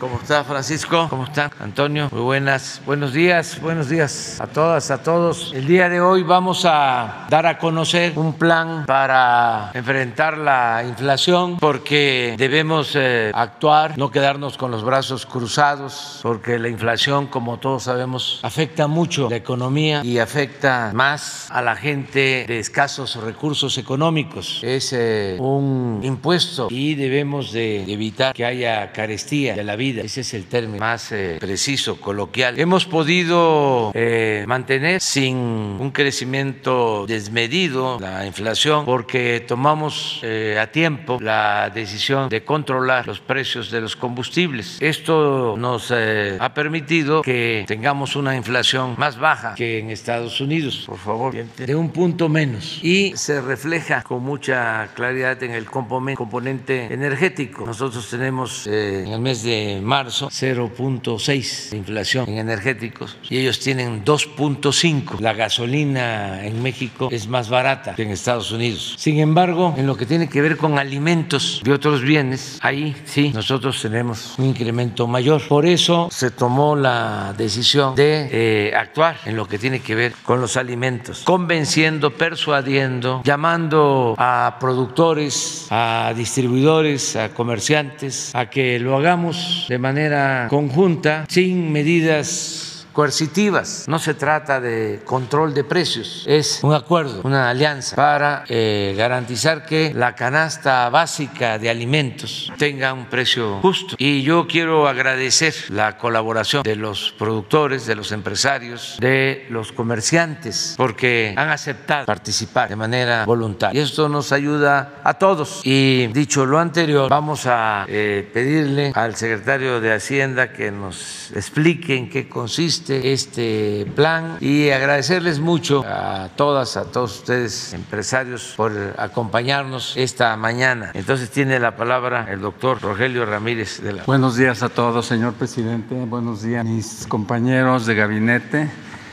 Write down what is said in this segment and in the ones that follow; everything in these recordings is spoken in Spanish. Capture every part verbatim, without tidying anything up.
¿Cómo está, Francisco? ¿Cómo está, Antonio? Muy buenas, buenos días, buenos días a todas, a todos. El día de hoy vamos a dar a conocer un plan para enfrentar la inflación, porque debemos eh, actuar, no quedarnos con los brazos cruzados, porque la inflación, como todos sabemos, afecta mucho la economía y afecta más a la gente de escasos recursos económicos. Es eh, un impuesto y debemos de evitar que haya carestía de la vida. Ese es el término más eh, preciso, coloquial. Hemos podido eh, mantener sin un crecimiento desmedido la inflación porque tomamos eh, a tiempo la decisión de controlar los precios de los combustibles. Esto nos eh, ha permitido que tengamos una inflación más baja que en Estados Unidos, por favor, de un punto menos, y se refleja con mucha claridad en el componente energético. Nosotros tenemos eh, en el mes de marzo cero punto seis de inflación en energéticos y ellos tienen dos punto cinco. La gasolina en México es más barata que en Estados Unidos. Sin embargo, en lo que tiene que ver con alimentos y otros bienes, ahí sí nosotros tenemos un incremento mayor. Por eso se tomó la decisión de eh, actuar en lo que tiene que ver con los alimentos, convenciendo, persuadiendo, llamando a productores, a distribuidores, a comerciantes, a que lo hagamos de manera conjunta, sin medidas coercitivas. No se trata de control de precios, es un acuerdo, una alianza para eh, garantizar que la canasta básica de alimentos tenga un precio justo. Y yo quiero agradecer la colaboración de los productores, de los empresarios, de los comerciantes, porque han aceptado participar de manera voluntaria. Y esto nos ayuda a todos. Y dicho lo anterior, vamos a eh, pedirle al secretario de Hacienda que nos explique en qué consiste este plan y agradecerles mucho a todas, a todos ustedes, empresarios, por acompañarnos esta mañana. Entonces tiene la palabra el doctor Rogelio Ramírez de la... Buenos días a todos, señor presidente. Buenos días, mis compañeros de gabinete.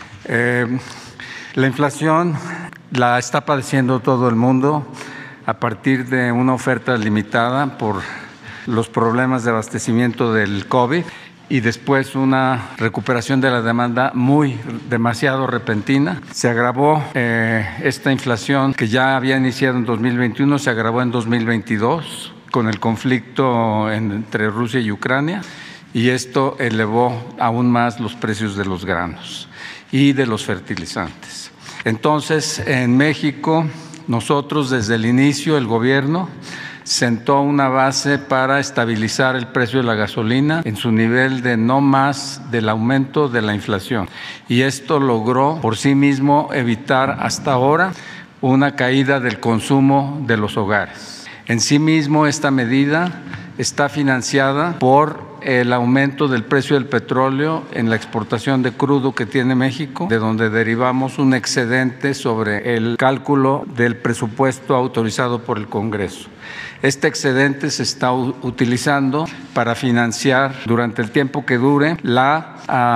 Eh, la inflación la está padeciendo todo el mundo a partir de una oferta limitada por los problemas de abastecimiento del COVID y después una recuperación de la demanda muy demasiado repentina. Se agravó eh, esta inflación que ya había iniciado en dos mil veintiuno, se agravó en dos mil veintidós con el conflicto entre Rusia y Ucrania, y esto elevó aún más los precios de los granos y de los fertilizantes. Entonces, en México, nosotros desde el inicio, el gobierno sentó una base para estabilizar el precio de la gasolina en su nivel de no más del aumento de la inflación. Y esto logró por sí mismo evitar hasta ahora una caída del consumo de los hogares. En sí mismo, esta medida está financiada por el aumento del precio del petróleo en la exportación de crudo que tiene México, de donde derivamos un excedente sobre el cálculo del presupuesto autorizado por el Congreso. Este excedente se está utilizando para financiar durante el tiempo que dure la,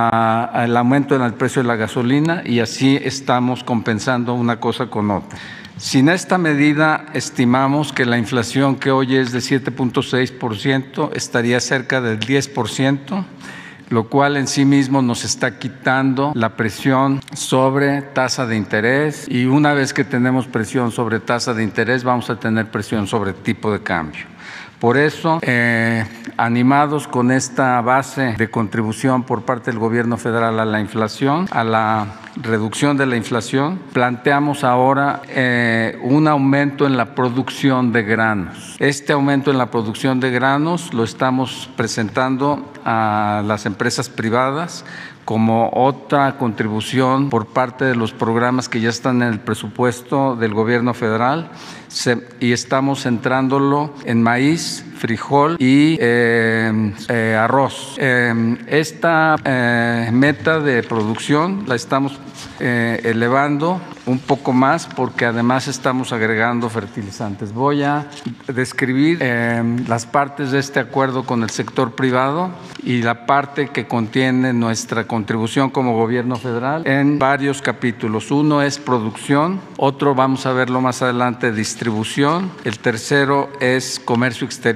a, el aumento en el precio de la gasolina, y así estamos compensando una cosa con otra. Sin esta medida, estimamos que la inflación, que hoy es de siete punto seis por ciento, estaría cerca del diez por ciento, lo cual en sí mismo nos está quitando la presión sobre tasa de interés, y una vez que tenemos presión sobre tasa de interés, vamos a tener presión sobre tipo de cambio. Por eso, eh, animados con esta base de contribución por parte del gobierno federal a la inflación, a la reducción de la inflación, planteamos ahora eh, un aumento en la producción de granos. Este aumento en la producción de granos lo estamos presentando a las empresas privadas como otra contribución por parte de los programas que ya están en el presupuesto del gobierno federal, se, y estamos centrándolo en maíz, frijol y eh, eh, arroz. Eh, esta eh, meta de producción la estamos eh, elevando un poco más porque además estamos agregando fertilizantes. Voy a describir eh, las partes de este acuerdo con el sector privado y la parte que contiene nuestra contribución como gobierno federal en varios capítulos. Uno es producción, otro vamos a verlo más adelante, distribución, el tercero es comercio exterior,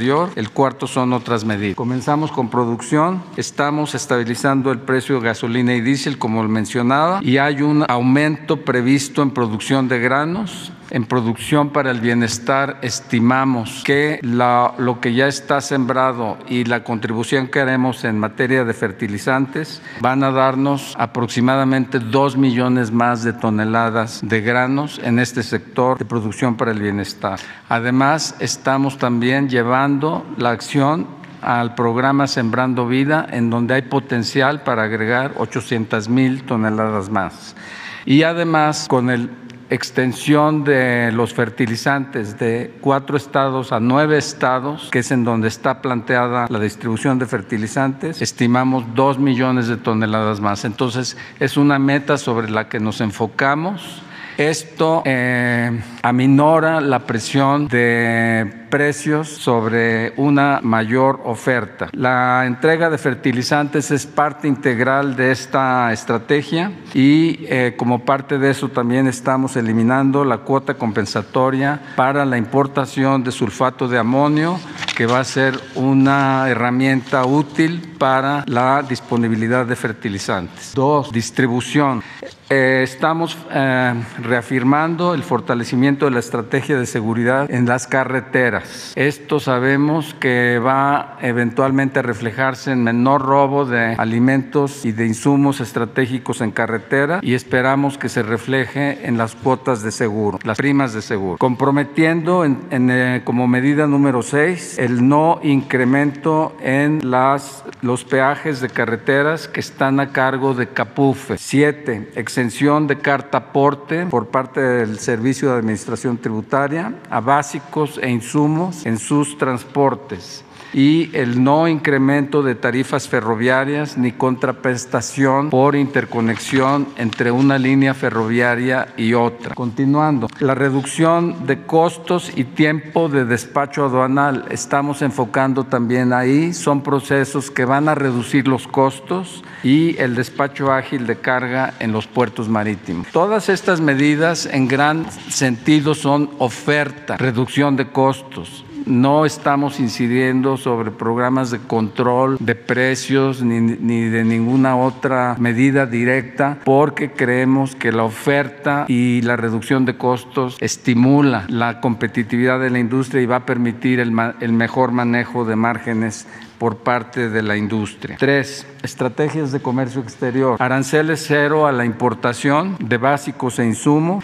anterior. El cuarto son otras medidas. Comenzamos con producción. Estamos estabilizando el precio de gasolina y diésel, como lo mencionaba, y hay un aumento previsto en producción de granos. En producción para el bienestar estimamos que la, lo que ya está sembrado y la contribución que haremos en materia de fertilizantes van a darnos aproximadamente dos millones más de toneladas de granos en este sector de producción para el bienestar. Además, estamos también llevando la acción al programa Sembrando Vida, en donde hay potencial para agregar ochocientas mil toneladas más. Y además, con el extensión de los fertilizantes de cuatro estados a nueve estados, que es en donde está planteada la distribución de fertilizantes, estimamos dos millones de toneladas más. Entonces, es una meta sobre la que nos enfocamos. Esto eh, aminora la presión de precios sobre una mayor oferta. La entrega de fertilizantes es parte integral de esta estrategia y eh, como parte de eso también estamos eliminando la cuota compensatoria para la importación de sulfato de amonio, que va a ser una herramienta útil para la disponibilidad de fertilizantes. Dos, distribución. Eh, estamos eh, reafirmando el fortalecimiento de la estrategia de seguridad en las carreteras. Esto sabemos que va eventualmente a reflejarse en menor robo de alimentos y de insumos estratégicos en carretera, y esperamos que se refleje en las cuotas de seguro, las primas de seguro. Comprometiendo en, en, eh, como medida número seis el no incremento en las, los peajes de carreteras que están a cargo de CAPUFE. Siete, exención de carta aporte por parte del Servicio de Administración Tributaria a básicos e insumos en sus transportes, y el no incremento de tarifas ferroviarias ni contraprestación por interconexión entre una línea ferroviaria y otra. Continuando, la reducción de costos y tiempo de despacho aduanal. Estamos enfocando también ahí, son procesos que van a reducir los costos y el despacho ágil de carga en los puertos marítimos. Todas estas medidas en gran sentido son oferta, reducción de costos. No estamos incidiendo sobre programas de control de precios ni, ni de ninguna otra medida directa, porque creemos que la oferta y la reducción de costos estimula la competitividad de la industria y va a permitir el, el mejor manejo de márgenes por parte de la industria. Tres, estrategias de comercio exterior. Aranceles cero a la importación de básicos e insumos.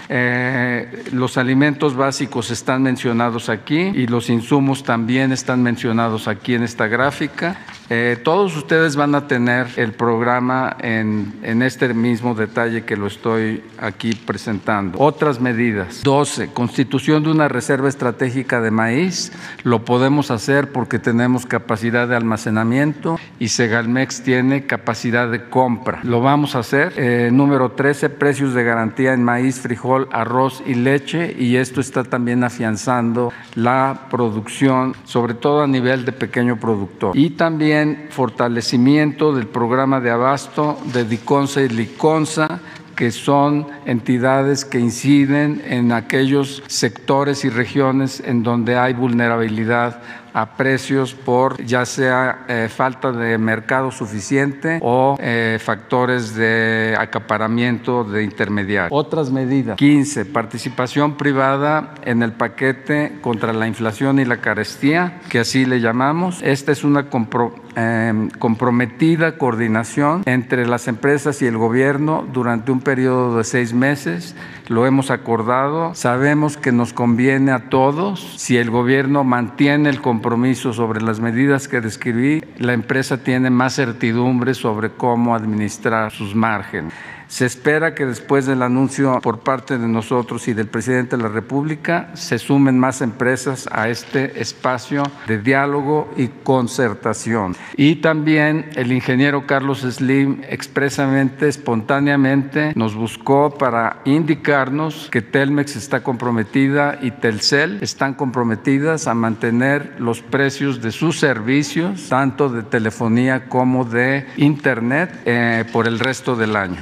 Eh, los alimentos básicos están mencionados aquí y los insumos también están mencionados aquí en esta gráfica. Eh, todos ustedes van a tener el programa en, en este mismo detalle que lo estoy aquí presentando. Otras medidas. doce, constitución de una reserva estratégica de maíz. Lo podemos hacer porque tenemos capacidad de almacenamiento y Segalmex tiene capacidad de compra. Lo vamos a hacer. Eh, número trece, precios de garantía en maíz, frijol, arroz y leche, y esto está también afianzando la producción, sobre todo a nivel de pequeño productor. Y también fortalecimiento del programa de abasto de DICONSA y LICONSA, que son entidades que inciden en aquellos sectores y regiones en donde hay vulnerabilidad a precios por ya sea eh, falta de mercado suficiente o eh, factores de acaparamiento de intermediarios. Otras medidas. quince. Participación privada en el paquete contra la inflación y la carestía, que así le llamamos. Esta es una compro, eh, comprometida coordinación entre las empresas y el gobierno durante un periodo de seis meses. Lo hemos acordado. Sabemos que nos conviene a todos. Si el gobierno mantiene el compromiso sobre las medidas que describí, la empresa tiene más certidumbre sobre cómo administrar sus márgenes. Se espera que después del anuncio por parte de nosotros y del presidente de la República se sumen más empresas a este espacio de diálogo y concertación. Y también el ingeniero Carlos Slim expresamente, espontáneamente, nos buscó para indicarnos que Telmex está comprometida y Telcel están comprometidas a mantener los precios de sus servicios, tanto de telefonía como de internet, eh, por el resto del año.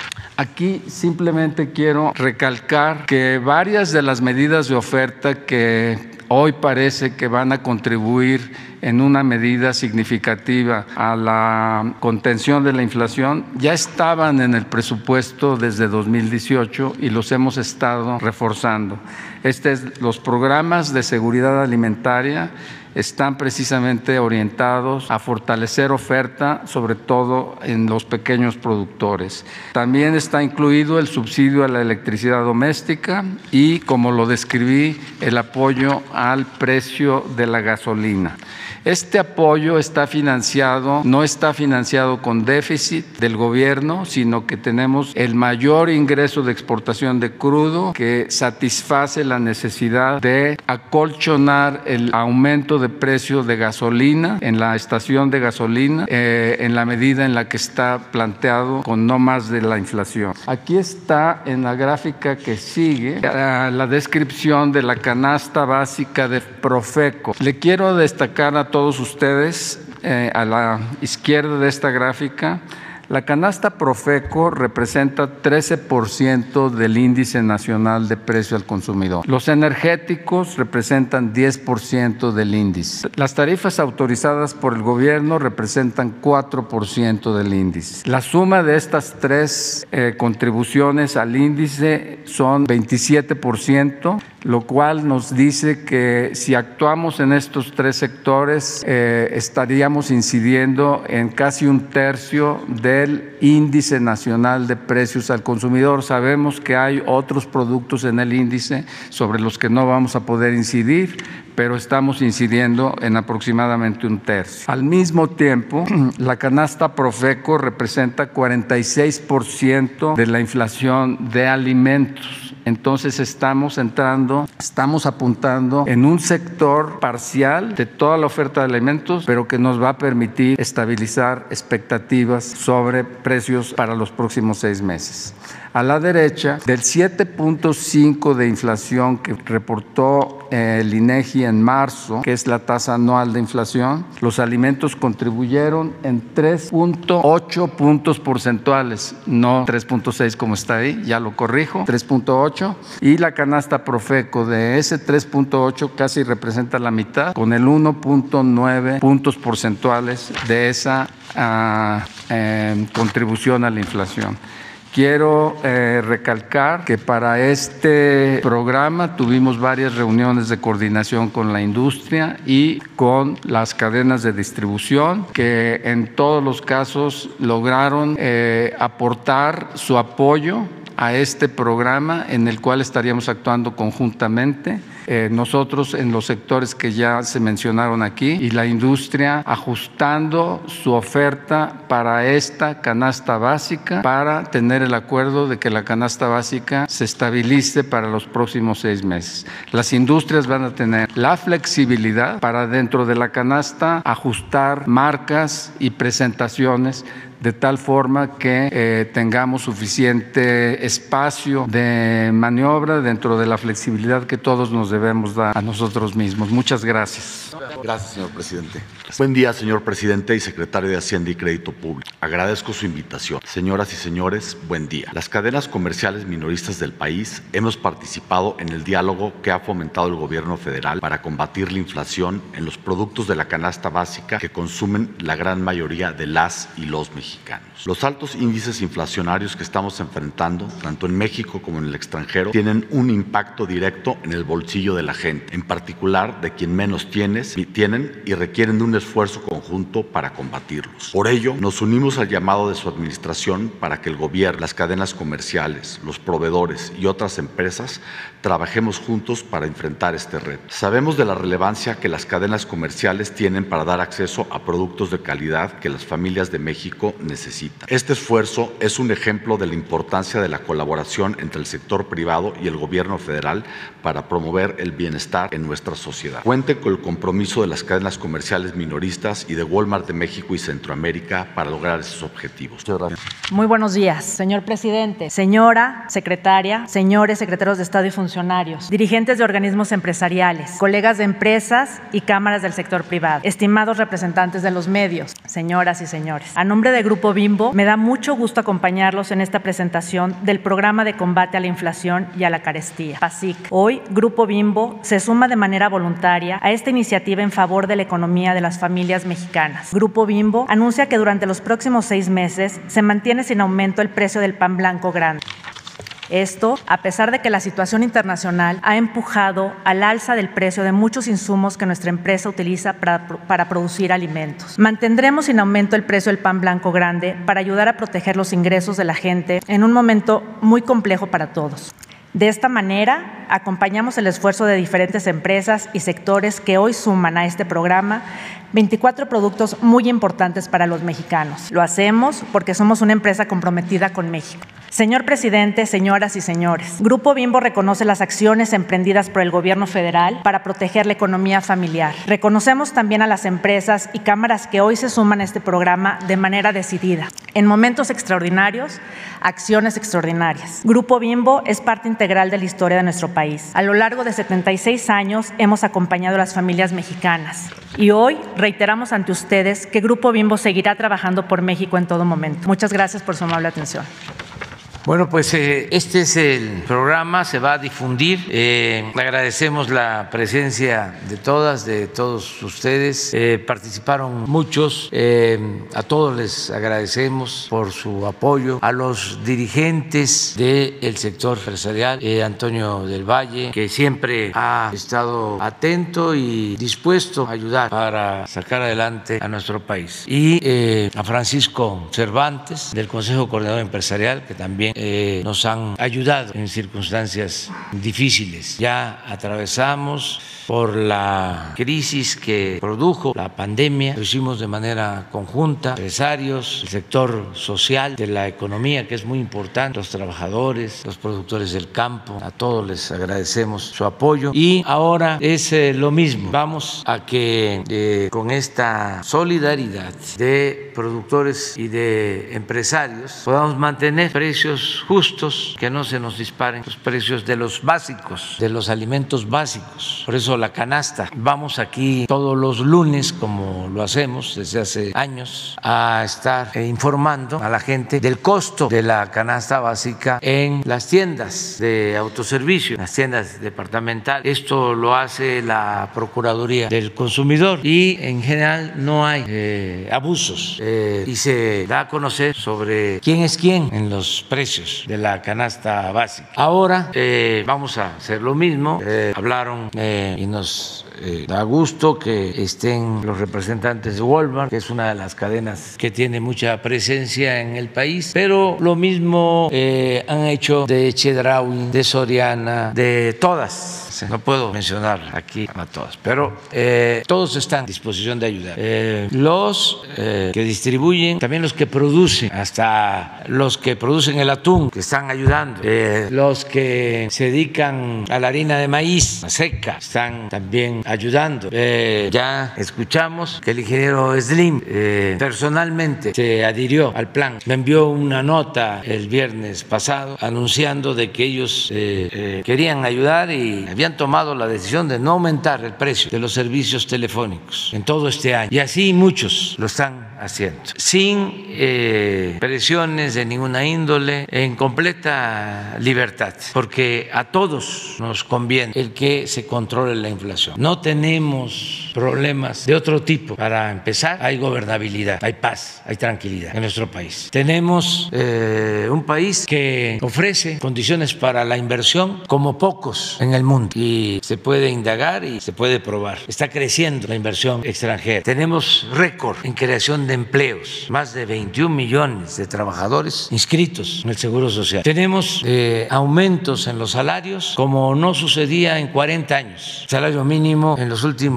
Aquí simplemente quiero recalcar que varias de las medidas de oferta que hoy parece que van a contribuir en una medida significativa a la contención de la inflación, ya estaban en el presupuesto desde dos mil dieciocho y los hemos estado reforzando. Estos, los programas de seguridad alimentaria están precisamente orientados a fortalecer oferta, sobre todo en los pequeños productores. También está incluido el subsidio a la electricidad doméstica y, como lo describí, el apoyo al precio de la gasolina. Este apoyo está financiado, no está financiado con déficit del gobierno, sino que tenemos el mayor ingreso de exportación de crudo que satisface la necesidad de acolchonar el aumento de precio de gasolina en la estación de gasolina eh, en la medida en la que está planteado con no más de la inflación. Aquí está en la gráfica que sigue la, la descripción de la canasta básica de Profeco. Le quiero destacar a todos ustedes, eh, a la izquierda de esta gráfica, la canasta Profeco representa trece por ciento del índice nacional de precio al consumidor. Los energéticos representan diez por ciento del índice. Las tarifas autorizadas por el gobierno representan cuatro por ciento del índice. La suma de estas tres eh, contribuciones al índice son veintisiete por ciento, lo cual nos dice que si actuamos en estos tres sectores eh, estaríamos incidiendo en casi un tercio del índice nacional de precios al consumidor. Sabemos que hay otros productos en el índice sobre los que no vamos a poder incidir, pero estamos incidiendo en aproximadamente un tercio. Al mismo tiempo, la canasta Profeco representa cuarenta y seis por ciento de la inflación de alimentos. Entonces estamos entrando, estamos apuntando en un sector parcial de toda la oferta de alimentos, pero que nos va a permitir estabilizar expectativas sobre precios para los próximos seis meses. A la derecha, del siete punto cinco de inflación que reportó el INEGI en marzo, que es la tasa anual de inflación, los alimentos contribuyeron en tres punto ocho puntos porcentuales, no tres punto seis como está ahí, ya lo corrijo, tres punto ocho, y la canasta Profeco de ese tres punto ocho casi representa la mitad, con el uno punto nueve puntos porcentuales de esa uh, eh, contribución a la inflación. Quiero eh, recalcar que para este programa tuvimos varias reuniones de coordinación con la industria y con las cadenas de distribución, que en todos los casos lograron eh, aportar su apoyo a este programa en el cual estaríamos actuando conjuntamente. Eh, nosotros en los sectores que ya se mencionaron aquí y la industria ajustando su oferta para esta canasta básica para tener el acuerdo de que la canasta básica se estabilice para los próximos seis meses. Las industrias van a tener la flexibilidad para dentro de la canasta ajustar marcas y presentaciones de tal forma que eh, tengamos suficiente espacio de maniobra dentro de la flexibilidad que todos nos debemos dar a nosotros mismos. Muchas gracias. Gracias, señor presidente. Buen día, señor presidente y secretario de Hacienda y Crédito Público. Agradezco su invitación. Señoras y señores, buen día. Las cadenas comerciales minoristas del país hemos participado en el diálogo que ha fomentado el gobierno federal para combatir la inflación en los productos de la canasta básica que consumen la gran mayoría de las y los mexicanos. Los altos índices inflacionarios que estamos enfrentando, tanto en México como en el extranjero, tienen un impacto directo en el bolsillo de la gente, en particular de quien menos tiene, tienen y requieren de un esfuerzo conjunto para combatirlos. Por ello, nos unimos al llamado de su administración para que el gobierno, las cadenas comerciales, los proveedores y otras empresas trabajemos juntos para enfrentar este reto. Sabemos de la relevancia que las cadenas comerciales tienen para dar acceso a productos de calidad que las familias de México necesitan. Este esfuerzo es un ejemplo de la importancia de la colaboración entre el sector privado y el gobierno federal para promover el bienestar en nuestra sociedad. Cuente con el compromiso de las cadenas comerciales minoristas y de de Walmart de México y Centroamérica para lograr esos objetivos. Muchas gracias. Muy buenos días, señor presidente, señora secretaria, señores secretarios de Estado y funcionarios, dirigentes de organismos empresariales, colegas de empresas y cámaras del sector privado, estimados representantes de los medios, señoras y señores. A nombre del Grupo Bimbo, me da mucho gusto acompañarlos en esta presentación del Programa de Combate a la Inflación y a la Carestía, PASIC. Hoy, Grupo Bimbo se suma de manera voluntaria a esta iniciativa en favor de la economía de las familias mexicanas. Grupo Bimbo anuncia que durante los próximos seis meses se mantiene sin aumento el precio del pan blanco grande. Esto, a pesar de que la situación internacional ha empujado al alza del precio de muchos insumos que nuestra empresa utiliza para, para producir alimentos. Mantendremos sin aumento el precio del pan blanco grande para ayudar a proteger los ingresos de la gente en un momento muy complejo para todos. De esta manera, acompañamos el esfuerzo de diferentes empresas y sectores que hoy suman a este programa veinticuatro productos muy importantes para los mexicanos. Lo hacemos porque somos una empresa comprometida con México. Señor presidente, señoras y señores, Grupo Bimbo reconoce las acciones emprendidas por el gobierno federal para proteger la economía familiar. Reconocemos también a las empresas y cámaras que hoy se suman a este programa de manera decidida. En momentos extraordinarios, acciones extraordinarias. Grupo Bimbo es parte integral de la historia de nuestro país. A lo largo de setenta y seis años hemos acompañado a las familias mexicanas y hoy reiteramos ante ustedes que Grupo Bimbo seguirá trabajando por México en todo momento. Muchas gracias por su amable atención. Bueno, pues eh, este es el programa, se va a difundir. Eh, agradecemos la presencia de todas, de todos ustedes. Eh, participaron muchos, eh, a todos les agradecemos por su apoyo. A los dirigentes del sector empresarial, eh, Antonio del Valle, que siempre ha estado atento y dispuesto a ayudar para sacar adelante a nuestro país. Y eh, a Francisco Cervantes, del Consejo Coordinador Empresarial, que también Eh, nos han ayudado en circunstancias difíciles. Ya atravesamos por la crisis que produjo la pandemia, lo hicimos de manera conjunta, empresarios, el sector social de la economía, que es muy importante, los trabajadores, los productores del campo, a todos les agradecemos su apoyo. Y ahora es eh, lo mismo, vamos a que eh, con esta solidaridad de productores y de empresarios podamos mantener precios justos, que no se nos disparen los precios de los básicos, de los alimentos básicos. Por eso la canasta. Vamos aquí todos los lunes, como lo hacemos desde hace años, a estar informando a la gente del costo de la canasta básica en las tiendas de autoservicio, las tiendas departamentales. Esto lo hace la Procuraduría del Consumidor y en general no hay eh, abusos eh, y se da a conocer sobre quién es quién en los precios de la canasta básica. Ahora eh, vamos a hacer lo mismo. Eh, hablaron eh, y nos eh, da gusto que estén los representantes de Walmart, que es una de las cadenas que tiene mucha presencia en el país, pero lo mismo eh, han hecho de Chedraui, de Soriana, de todas. No puedo mencionar aquí a todas, pero eh, todos están a disposición de ayudar. Eh, los eh, que distribuyen, también los que producen, hasta los que producen el atún, que están ayudando. Eh, los que se dedican a la harina de maíz, la seca, están también ayudando. Eh, ya escuchamos que el ingeniero Slim eh, personalmente se adhirió al plan. Me envió una nota el viernes pasado anunciando de que ellos eh, eh, querían ayudar y habían tomado la decisión de no aumentar el precio de los servicios telefónicos en todo este año. Y así muchos lo están haciendo, sin eh, presiones de ninguna índole, en completa libertad, porque a todos nos conviene el que se controle la inflación. No tenemos problemas de otro tipo. Para empezar, hay gobernabilidad, hay paz, hay tranquilidad en nuestro país. Tenemos eh, un país que ofrece condiciones para la inversión como pocos en el mundo y se puede indagar y se puede probar. Está creciendo la inversión extranjera. Tenemos récord en creación de empleos, más de veintiún millones de trabajadores inscritos en el Seguro Social. Tenemos eh, aumentos en los salarios como no sucedía en cuarenta años. El salario mínimo en los últimos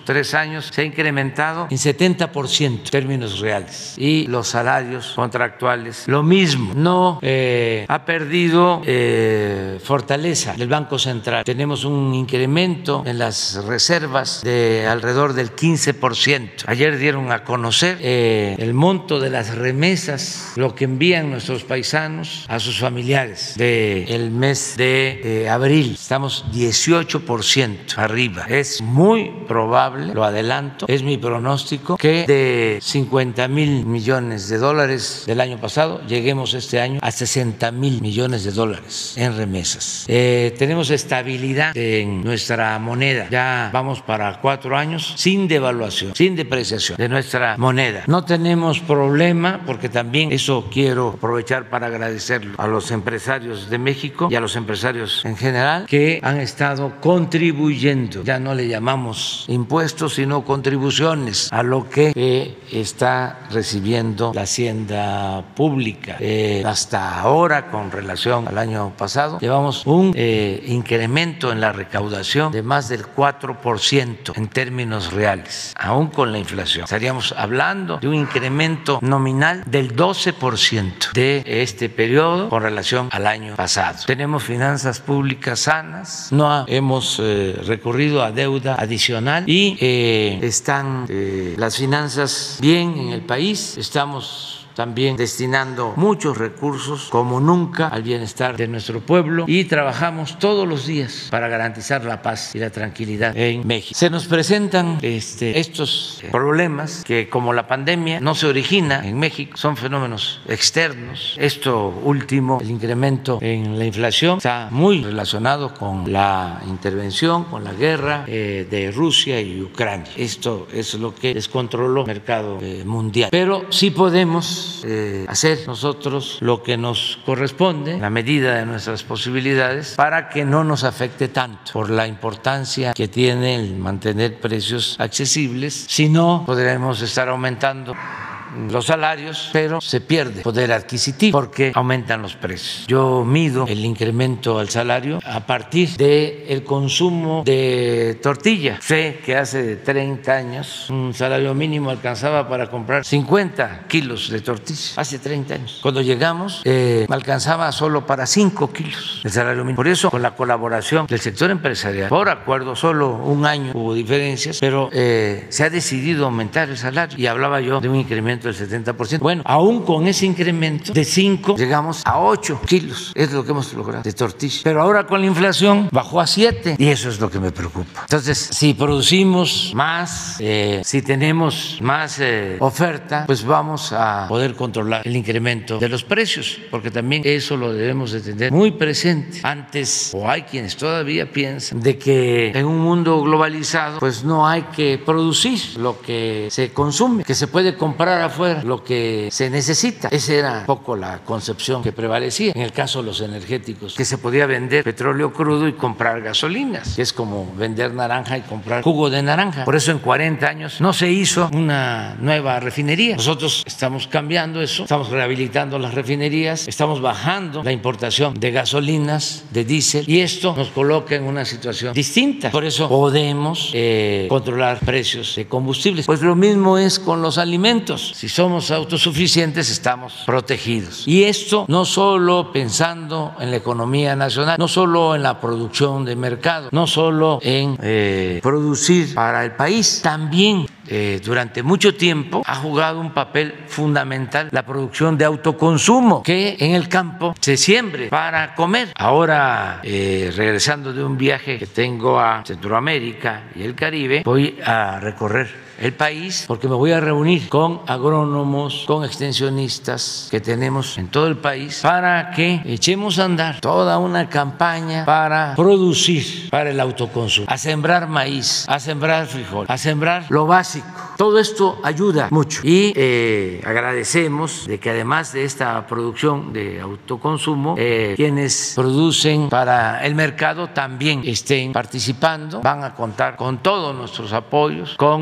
tres años se ha incrementado en setenta por ciento en términos reales, y los salarios contractuales lo mismo. No eh, ha perdido eh, fortaleza el Banco Central. Tenemos un incremento en las reservas de alrededor del quince por ciento. Ayer dieron a conocer eh, el monto de las remesas, lo que envían nuestros paisanos a sus familiares del mes de eh, abril. Estamos dieciocho por ciento arriba. Es muy probable, lo adelanto, es mi pronóstico, que de cincuenta mil millones de dólares del año pasado lleguemos este año a sesenta mil millones de dólares en remesas. Eh, tenemos estabilidad en nuestra moneda. Ya vamos para cuatro años sin devaluación, sin depreciación de nuestra moneda. No tenemos problema, porque también eso quiero aprovechar para agradecerlo a los empresarios de México y a los empresarios en general que han estado contribuyendo. Ya no le llamamos impuestos, sino contribuciones a lo que eh, está recibiendo la hacienda pública. Eh, hasta ahora, con relación al año pasado, llevamos un eh, incremento en la recaudación de más del cuatro por ciento en términos reales, aún con la inflación. Estaríamos hablando de un incremento nominal del doce por ciento de este periodo con relación al año pasado. Tenemos finanzas públicas sanas, no hemos eh, recurrido a deuda adicional y eh, están eh, las finanzas bien en el país. Estamos también destinando muchos recursos como nunca al bienestar de nuestro pueblo, y trabajamos todos los días para garantizar la paz y la tranquilidad en México. Se nos presentan este, estos problemas que, como la pandemia, no se origina en México, son fenómenos externos. Esto último, el incremento en la inflación, está muy relacionado con la intervención, con la guerra eh, de Rusia y Ucrania. Esto es lo que descontroló el mercado eh, mundial. Pero sí podemos Eh, hacer nosotros lo que nos corresponde en la medida de nuestras posibilidades para que no nos afecte tanto, por la importancia que tiene el mantener precios accesibles. Si no, podremos estar aumentando los salarios, pero se pierde poder adquisitivo porque aumentan los precios. Yo mido el incremento al salario a partir del consumo de tortilla. Sé que hace treinta años un salario mínimo alcanzaba para comprar cincuenta kilos de tortilla. Hace treinta años. Cuando llegamos, eh, alcanzaba solo para cinco kilos el salario mínimo. Por eso, con la colaboración del sector empresarial, por acuerdo, solo un año hubo diferencias, pero eh, se ha decidido aumentar el salario. Y hablaba yo de un incremento del setenta por ciento. Bueno, aún con ese incremento de cinco, llegamos a ocho kilos. Es lo que hemos logrado de tortilla. Pero ahora con la inflación bajó a siete, y eso es lo que me preocupa. Entonces, si producimos más, eh, si tenemos más eh, oferta, pues vamos a poder controlar el incremento de los precios, porque también eso lo debemos de tener muy presente. Antes, o hay quienes todavía piensan de que en un mundo globalizado pues no hay que producir lo que se consume, que se puede comprar afuera lo que se necesita. Esa era un poco la concepción que prevalecía. En el caso de los energéticos, que se podía vender petróleo crudo y comprar gasolinas, que es como vender naranja y comprar jugo de naranja. Por eso en cuarenta años no se hizo una nueva refinería. Nosotros estamos cambiando eso, estamos rehabilitando las refinerías, estamos bajando la importación de gasolinas, de diésel, y esto nos coloca en una situación distinta. Por eso podemos eh, controlar precios de combustibles. Pues lo mismo es con los alimentos. Si somos autosuficientes, estamos protegidos. Y esto no solo pensando en la economía nacional, no solo en la producción de mercado, no solo en eh, producir para el país, también eh, durante mucho tiempo ha jugado un papel fundamental la producción de autoconsumo, que en el campo se siembre para comer. Ahora, eh, regresando de un viaje que tengo a Centroamérica y el Caribe, voy a recorrer el país porque me voy a reunir con agrónomos, con extensionistas que tenemos en todo el país para que echemos a andar toda una campaña para producir para el autoconsumo, a sembrar maíz, a sembrar frijol, a sembrar lo básico. Todo esto ayuda mucho y eh, agradecemos de que además de esta producción de autoconsumo, eh, quienes producen para el mercado también estén participando. Van a contar con todos nuestros apoyos, con eh,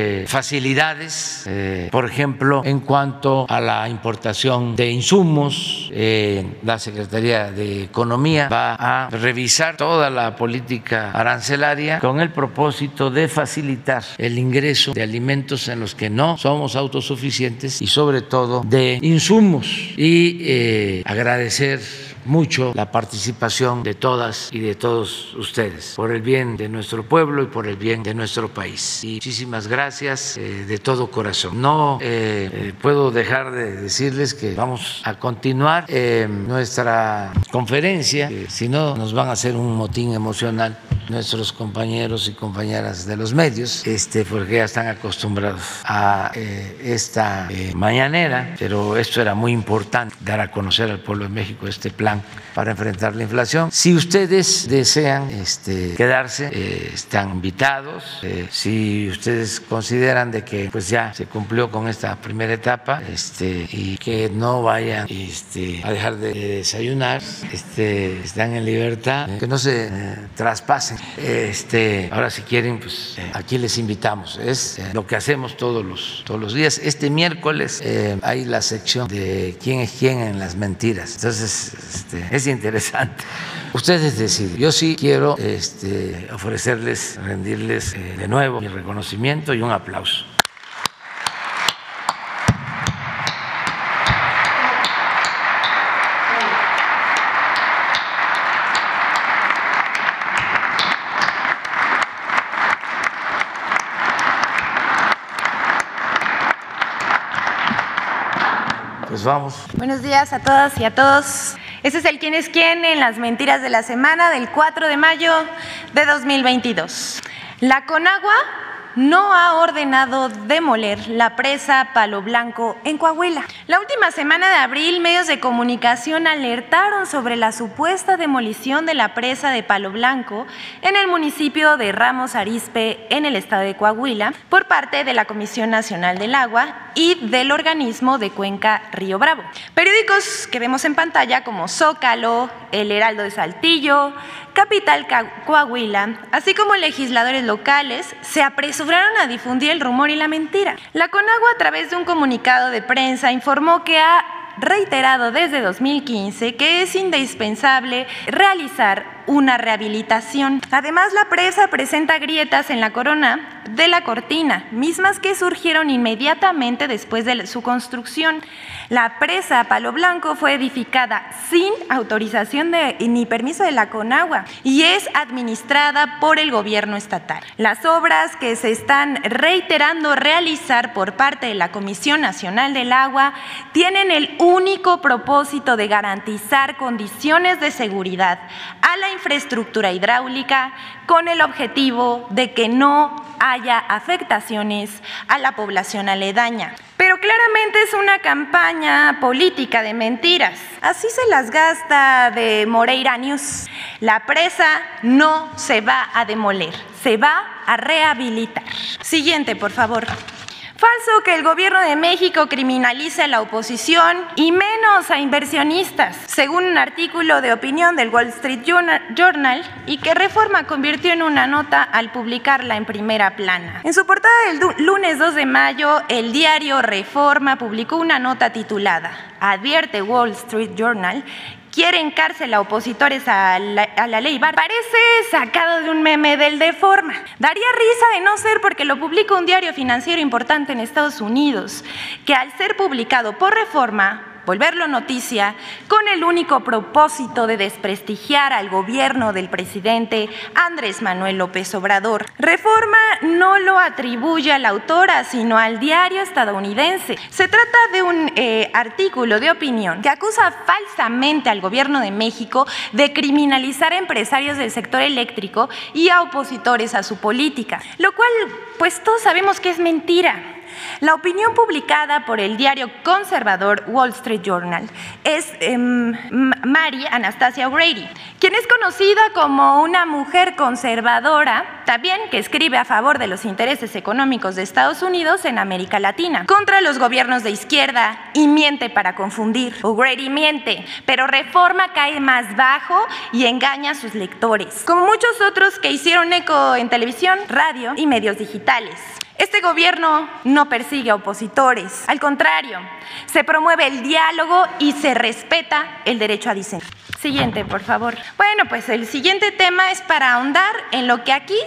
eh, facilidades, eh, por ejemplo, en cuanto a la importación de insumos. Eh, la Secretaría de Economía va a revisar toda la política arancelaria con el propósito de facilitar el ingreso de alimentos en los que no somos autosuficientes y sobre todo de insumos, y eh, agradecer mucho la participación de todas y de todos ustedes por el bien de nuestro pueblo y por el bien de nuestro país. Y muchísimas gracias eh, de todo corazón. No eh, eh, puedo dejar de decirles que vamos a continuar eh, nuestra conferencia, eh, si no nos van a hacer un motín emocional nuestros compañeros y compañeras de los medios, este, porque ya están acostumbrados a eh, esta eh, mañanera, pero esto era muy importante, dar a conocer al pueblo de México este plan para enfrentar la inflación. Si ustedes desean este, quedarse, eh, están invitados. Eh, si ustedes consideran de que pues ya se cumplió con esta primera etapa, este, y que no vayan este, a dejar de desayunar, este, están en libertad, eh, que no se eh, traspasen. Este, ahora si quieren, pues eh, aquí les invitamos. Es eh, lo que hacemos todos los, todos los días. Este miércoles eh, hay la sección de quién es quién en las mentiras. Entonces, este, es interesante. Ustedes deciden. Yo sí quiero este, ofrecerles, rendirles eh, de nuevo mi reconocimiento y un aplauso. Pues vamos. Buenos días a todas y a todos. Este es el quién es quién en las mentiras de la semana del cuatro de mayo de dos mil veintidós. La Conagua no ha ordenado demoler la presa Palo Blanco en Coahuila. La última semana de abril, medios de comunicación alertaron sobre la supuesta demolición de la presa de Palo Blanco en el municipio de Ramos Arizpe, en el estado de Coahuila, por parte de la Comisión Nacional del Agua y del organismo de Cuenca Río Bravo. Periódicos que vemos en pantalla como Zócalo, El Heraldo de Saltillo, Capital Coahuila, así como legisladores locales, se apresuraron a difundir el rumor y la mentira. La Conagua, a través de un comunicado de prensa, informó que ha reiterado desde dos mil quince que es indispensable realizar una rehabilitación. Además, la presa presenta grietas en la corona de la cortina, mismas que surgieron inmediatamente después de su construcción. La presa Palo Blanco fue edificada sin autorización de, ni permiso de la Conagua y es administrada por el gobierno estatal. Las obras que se están reiterando realizar por parte de la Comisión Nacional del Agua tienen el único propósito de garantizar condiciones de seguridad a la infraestructura hidráulica con el objetivo de que no haya afectaciones a la población aledaña. Pero claramente es una campaña política de mentiras. Así se las gasta de Moreira News. La presa no se va a demoler, se va a rehabilitar. Siguiente, por favor. Falso que el gobierno de México criminalice a la oposición y menos a inversionistas, según un artículo de opinión del Wall Street Journal y que Reforma convirtió en una nota al publicarla en primera plana. En su portada del lunes dos de mayo, el diario Reforma publicó una nota titulada "Advierte Wall Street Journal quieren cárcel a opositores a la, a la ley Barr". Parece sacado de un meme del Deforma. Daría risa de no ser porque lo publica un diario financiero importante en Estados Unidos, que al ser publicado por Reforma, volverlo noticia con el único propósito de desprestigiar al gobierno del presidente Andrés Manuel López Obrador. Reforma no lo atribuye a la autora, sino al diario estadounidense. Se trata de un eh, artículo de opinión que acusa falsamente al gobierno de México de criminalizar a empresarios del sector eléctrico y a opositores a su política, lo cual pues todos sabemos que es mentira. La opinión publicada por el diario conservador Wall Street Journal es eh, Mary Anastasia O'Grady, quien es conocida como una mujer conservadora, también que escribe a favor de los intereses económicos de Estados Unidos en América Latina, contra los gobiernos de izquierda y miente para confundir. O'Grady miente, pero Reforma cae más bajo y engaña a sus lectores, como muchos otros que hicieron eco en televisión, radio y medios digitales. Este gobierno no persigue a opositores, al contrario, se promueve el diálogo y se respeta el derecho a disentir. Siguiente, por favor. Bueno, pues el siguiente tema es para ahondar en lo que aquí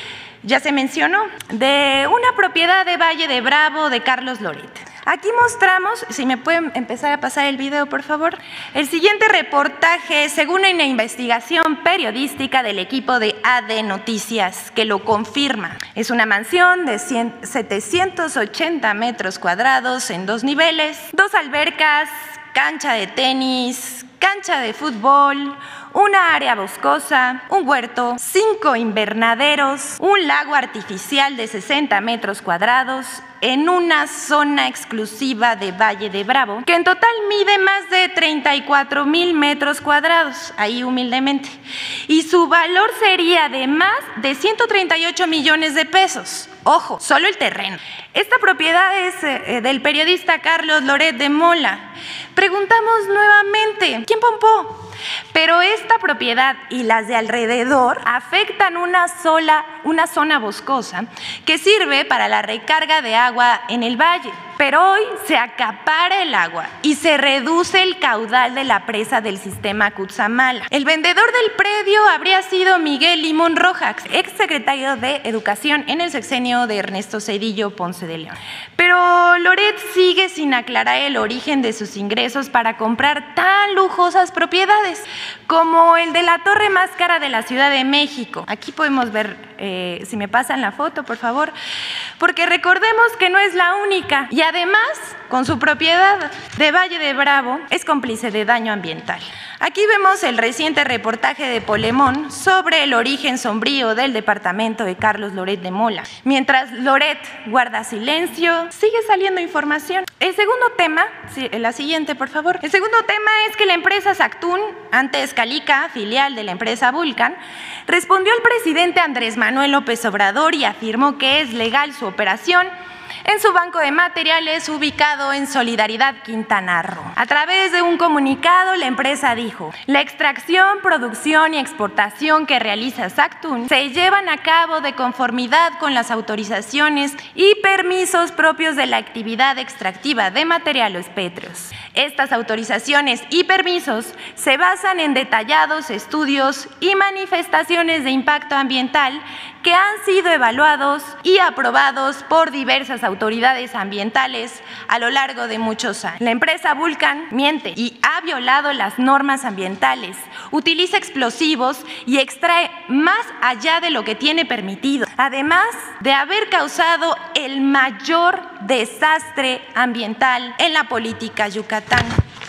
ya se mencionó, de una propiedad de Valle de Bravo de Carlos Loret. Aquí mostramos, si me pueden empezar a pasar el video, por favor, el siguiente reportaje según una investigación periodística del equipo de A D Noticias, que lo confirma. Es una mansión de setecientos ochenta metros cuadrados en dos niveles, dos albercas, cancha de tenis, cancha de fútbol, una área boscosa, un huerto, cinco invernaderos, un lago artificial de sesenta metros cuadrados en una zona exclusiva de Valle de Bravo, que en total mide más de treinta y cuatro mil metros cuadrados, ahí humildemente, y su valor sería de más de ciento treinta y ocho millones de pesos. Ojo, solo el terreno. Esta propiedad es eh, del periodista Carlos Loret de Mola. Preguntamos nuevamente, ¿quién pompó? Pero esta propiedad y las de alrededor afectan una sola, una zona boscosa que sirve para la recarga de agua en el valle. Pero hoy se acapara el agua y se reduce el caudal de la presa del sistema Cutzamala. El vendedor del predio habría sido Miguel Limón Rojas, exsecretario de Educación en el sexenio de Ernesto Zedillo Ponce de León. Pero Loret sigue sin aclarar el origen de sus ingresos para comprar tan lujosas propiedades como el de la torre más cara de la Ciudad de México. Aquí podemos ver, eh, si me pasan la foto, por favor, porque recordemos que no es la única y además, con su propiedad de Valle de Bravo, es cómplice de daño ambiental. Aquí vemos el reciente reportaje de Polemón sobre el origen sombrío del departamento de Carlos Loret de Mola. Mientras Loret guarda silencio, sigue saliendo información. El segundo tema, la siguiente por favor. El segundo tema es que la empresa Sactún, antes Calica, filial de la empresa Vulcan, respondió al presidente Andrés Manuel López Obrador y afirmó que es legal su operación en su banco de materiales ubicado en Solidaridad, Quintana Roo. A través de un comunicado, la empresa dijo: la extracción, producción y exportación que realiza Sactún se llevan a cabo de conformidad con las autorizaciones y permisos propios de la actividad extractiva de materiales pétreos. Estas autorizaciones y permisos se basan en detallados estudios y manifestaciones de impacto ambiental que han sido evaluados y aprobados por diversas autoridades ambientales a lo largo de muchos años. La empresa Vulcan miente y ha violado las normas ambientales, utiliza explosivos y extrae más allá de lo que tiene permitido, además de haber causado el mayor desastre ambiental en la política Yucatán.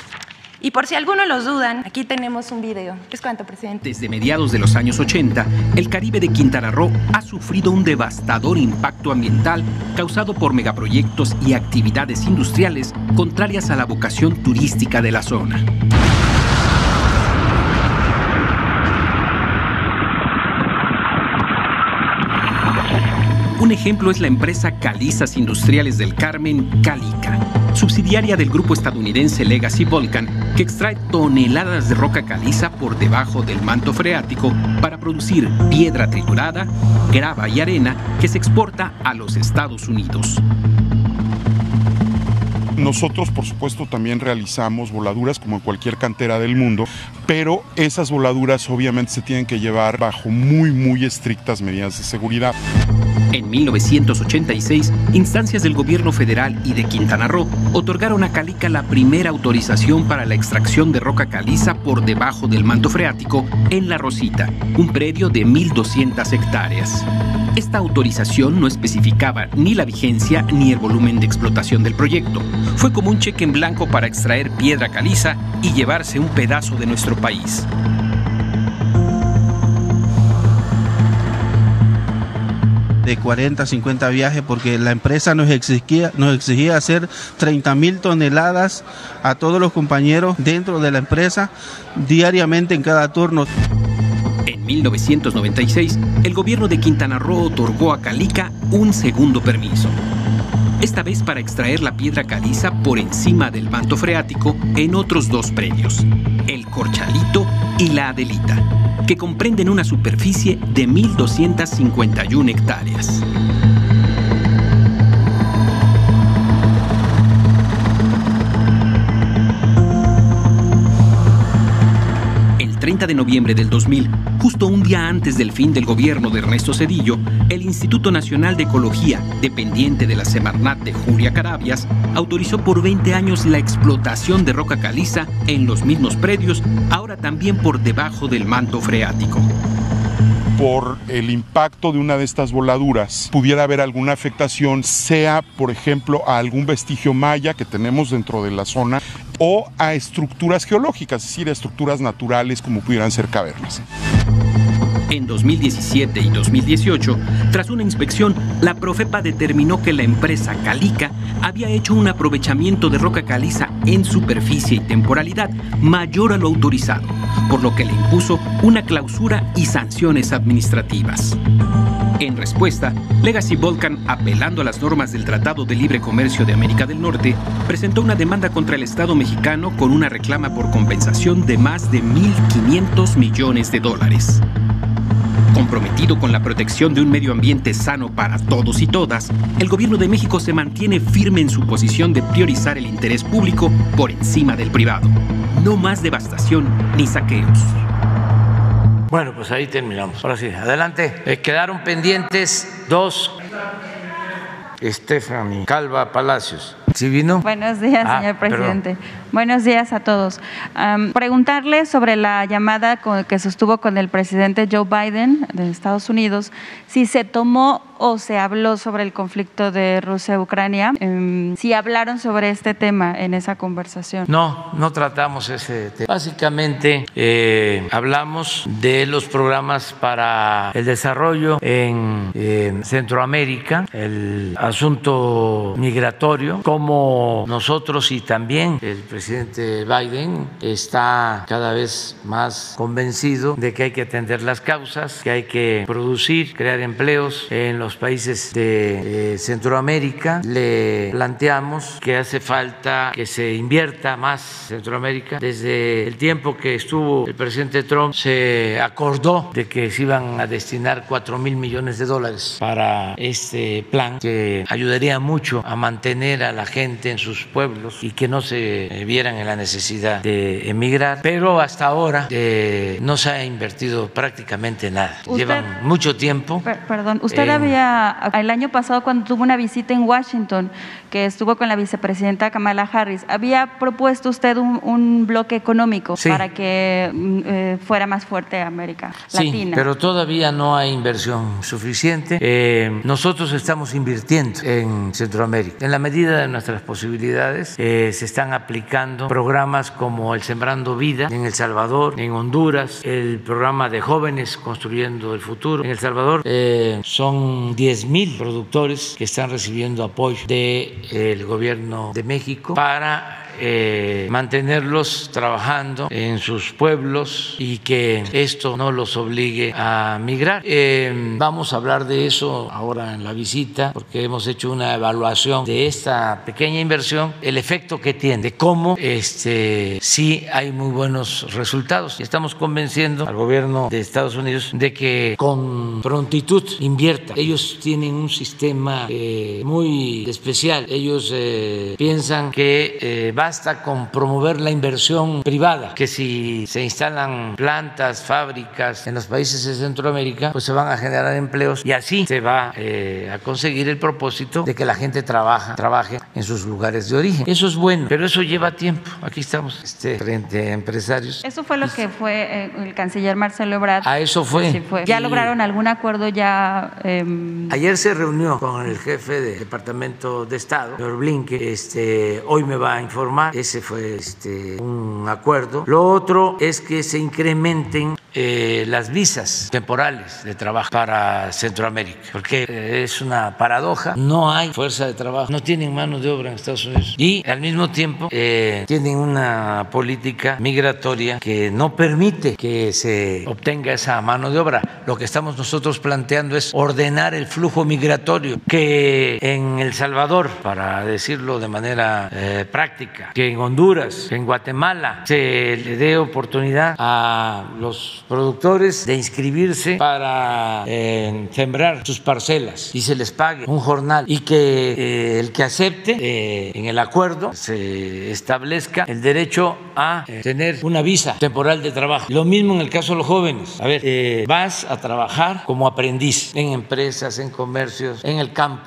Y por si algunos los dudan, aquí tenemos un video. ¿Es cuánto, presidente? Desde mediados de los años ochenta, el Caribe de Quintana Roo ha sufrido un devastador impacto ambiental causado por megaproyectos y actividades industriales contrarias a la vocación turística de la zona. Un ejemplo es la empresa Calizas Industriales del Carmen, Calica, subsidiaria del grupo estadounidense Legacy Volcan, que extrae toneladas de roca caliza por debajo del manto freático para producir piedra triturada, grava y arena que se exporta a los Estados Unidos. Nosotros, por supuesto, también realizamos voladuras como en cualquier cantera del mundo, pero esas voladuras obviamente se tienen que llevar bajo muy, muy estrictas medidas de seguridad. En mil novecientos ochenta y seis, instancias del gobierno federal y de Quintana Roo otorgaron a Calica la primera autorización para la extracción de roca caliza por debajo del manto freático en La Rosita, un predio de mil doscientas hectáreas. Esta autorización no especificaba ni la vigencia ni el volumen de explotación del proyecto. Fue como un cheque en blanco para extraer piedra caliza y llevarse un pedazo de nuestro país. De cuarenta, cincuenta viajes, porque la empresa nos exigía, nos exigía hacer treinta mil toneladas a todos los compañeros dentro de la empresa diariamente en cada turno. En mil novecientos noventa y seis, el gobierno de Quintana Roo otorgó a Calica un segundo permiso. Esta vez para extraer la piedra caliza por encima del manto freático en otros dos predios, el Corchalito y la Adelita, que comprenden una superficie de mil doscientas cincuenta y una hectáreas. treinta de noviembre del dos mil, justo un día antes del fin del gobierno de Ernesto Zedillo, el Instituto Nacional de Ecología, dependiente de la Semarnat de Julia Carabias, autorizó por veinte años la explotación de roca caliza en los mismos predios, ahora también por debajo del manto freático. Por el impacto de una de estas voladuras pudiera haber alguna afectación, sea por ejemplo a algún vestigio maya que tenemos dentro de la zona o a estructuras geológicas, es decir, a estructuras naturales como pudieran ser cavernas. En dos mil diecisiete y dos mil dieciocho, tras una inspección, la Profepa determinó que la empresa Calica había hecho un aprovechamiento de roca caliza en superficie y temporalidad mayor a lo autorizado, por lo que le impuso una clausura y sanciones administrativas. En respuesta, Legacy Volcan, apelando a las normas del Tratado de Libre Comercio de América del Norte, presentó una demanda contra el Estado mexicano con una reclama por compensación de más de mil quinientos millones de dólares. Comprometido con la protección de un medio ambiente sano para todos y todas, el gobierno de México se mantiene firme en su posición de priorizar el interés público por encima del privado. No más devastación ni saqueos. Bueno, pues ahí terminamos. Ahora sí, adelante. Eh, quedaron pendientes dos. Stephanie Calva Palacios. ¿Sí vino? Buenos días, ah, señor presidente. Perdón. Buenos días a todos. Um, preguntarle sobre la llamada con, que sostuvo con el presidente Joe Biden de Estados Unidos, si se tomó o se habló sobre el conflicto de Rusia-Ucrania, um, si hablaron sobre este tema en esa conversación. No, no tratamos ese tema. Básicamente eh, hablamos de los programas para el desarrollo en, en Centroamérica, el asunto migratorio, como nosotros y también el presidente Biden está cada vez más convencido de que hay que atender las causas, que hay que producir, crear empleos en los países de eh, Centroamérica. Le planteamos que hace falta que se invierta más en Centroamérica. Desde el tiempo que estuvo el presidente Trump se acordó de que se iban a destinar cuatro mil millones de dólares para este plan que ayudaría mucho a mantener a la gente en sus pueblos y que no se vieran en la necesidad de emigrar, pero hasta ahora eh, no se ha invertido prácticamente nada. ¿Usted, Llevan mucho tiempo. Per, perdón, usted eh, había, el año pasado cuando tuvo una visita en Washington, que estuvo con la vicepresidenta Kamala Harris, había propuesto usted un, un bloque económico sí. para que eh, fuera más fuerte América sí, Latina. Sí, pero todavía no hay inversión suficiente. Eh, nosotros estamos invirtiendo en Centroamérica. En la medida de nuestras posibilidades, eh, se están aplicando programas como el Sembrando Vida en El Salvador, en Honduras, el programa de Jóvenes Construyendo el Futuro. En El Salvador eh, son diez mil productores que están recibiendo apoyo del gobierno de México para Eh, mantenerlos trabajando en sus pueblos y que esto no los obligue a migrar. Eh, vamos a hablar de eso ahora en la visita porque hemos hecho una evaluación de esta pequeña inversión, el efecto que tiene, de cómo este, sí hay muy buenos resultados. Y estamos convenciendo al gobierno de Estados Unidos de que con prontitud invierta. Ellos tienen un sistema eh, muy especial. Ellos eh, piensan que eh, va basta con promover la inversión privada, que si se instalan plantas, fábricas en los países de Centroamérica, pues se van a generar empleos y así se va eh, a conseguir el propósito de que la gente trabaja, trabaje en sus lugares de origen. Eso es bueno, pero eso lleva tiempo. Aquí estamos este, frente a empresarios. Eso fue lo que fue eh, el canciller Marcelo Ebrard. A eso fue. Sí fue. ¿Ya y lograron algún acuerdo ya? Eh... Ayer se reunió con el jefe del Departamento de Estado, señor Blinken. Este, hoy me va a informar. Ese fue este, un acuerdo. Lo otro es que se incrementen eh, las visas temporales de trabajo para Centroamérica, porque eh, es una paradoja. No hay fuerza de trabajo, no tienen mano de obra en Estados Unidos y al mismo tiempo eh, tienen una política migratoria que no permite que se obtenga esa mano de obra. Lo que estamos nosotros planteando es ordenar el flujo migratorio, que en El Salvador, para decirlo de manera eh, práctica, que en Honduras, que en Guatemala se le dé oportunidad a los productores de inscribirse para eh, sembrar sus parcelas y se les pague un jornal, y que eh, el que acepte eh, en el acuerdo se establezca el derecho a eh, tener una visa temporal de trabajo. Lo mismo en el caso de los jóvenes. A ver, eh, vas a trabajar como aprendiz en empresas, en comercios, en el campo,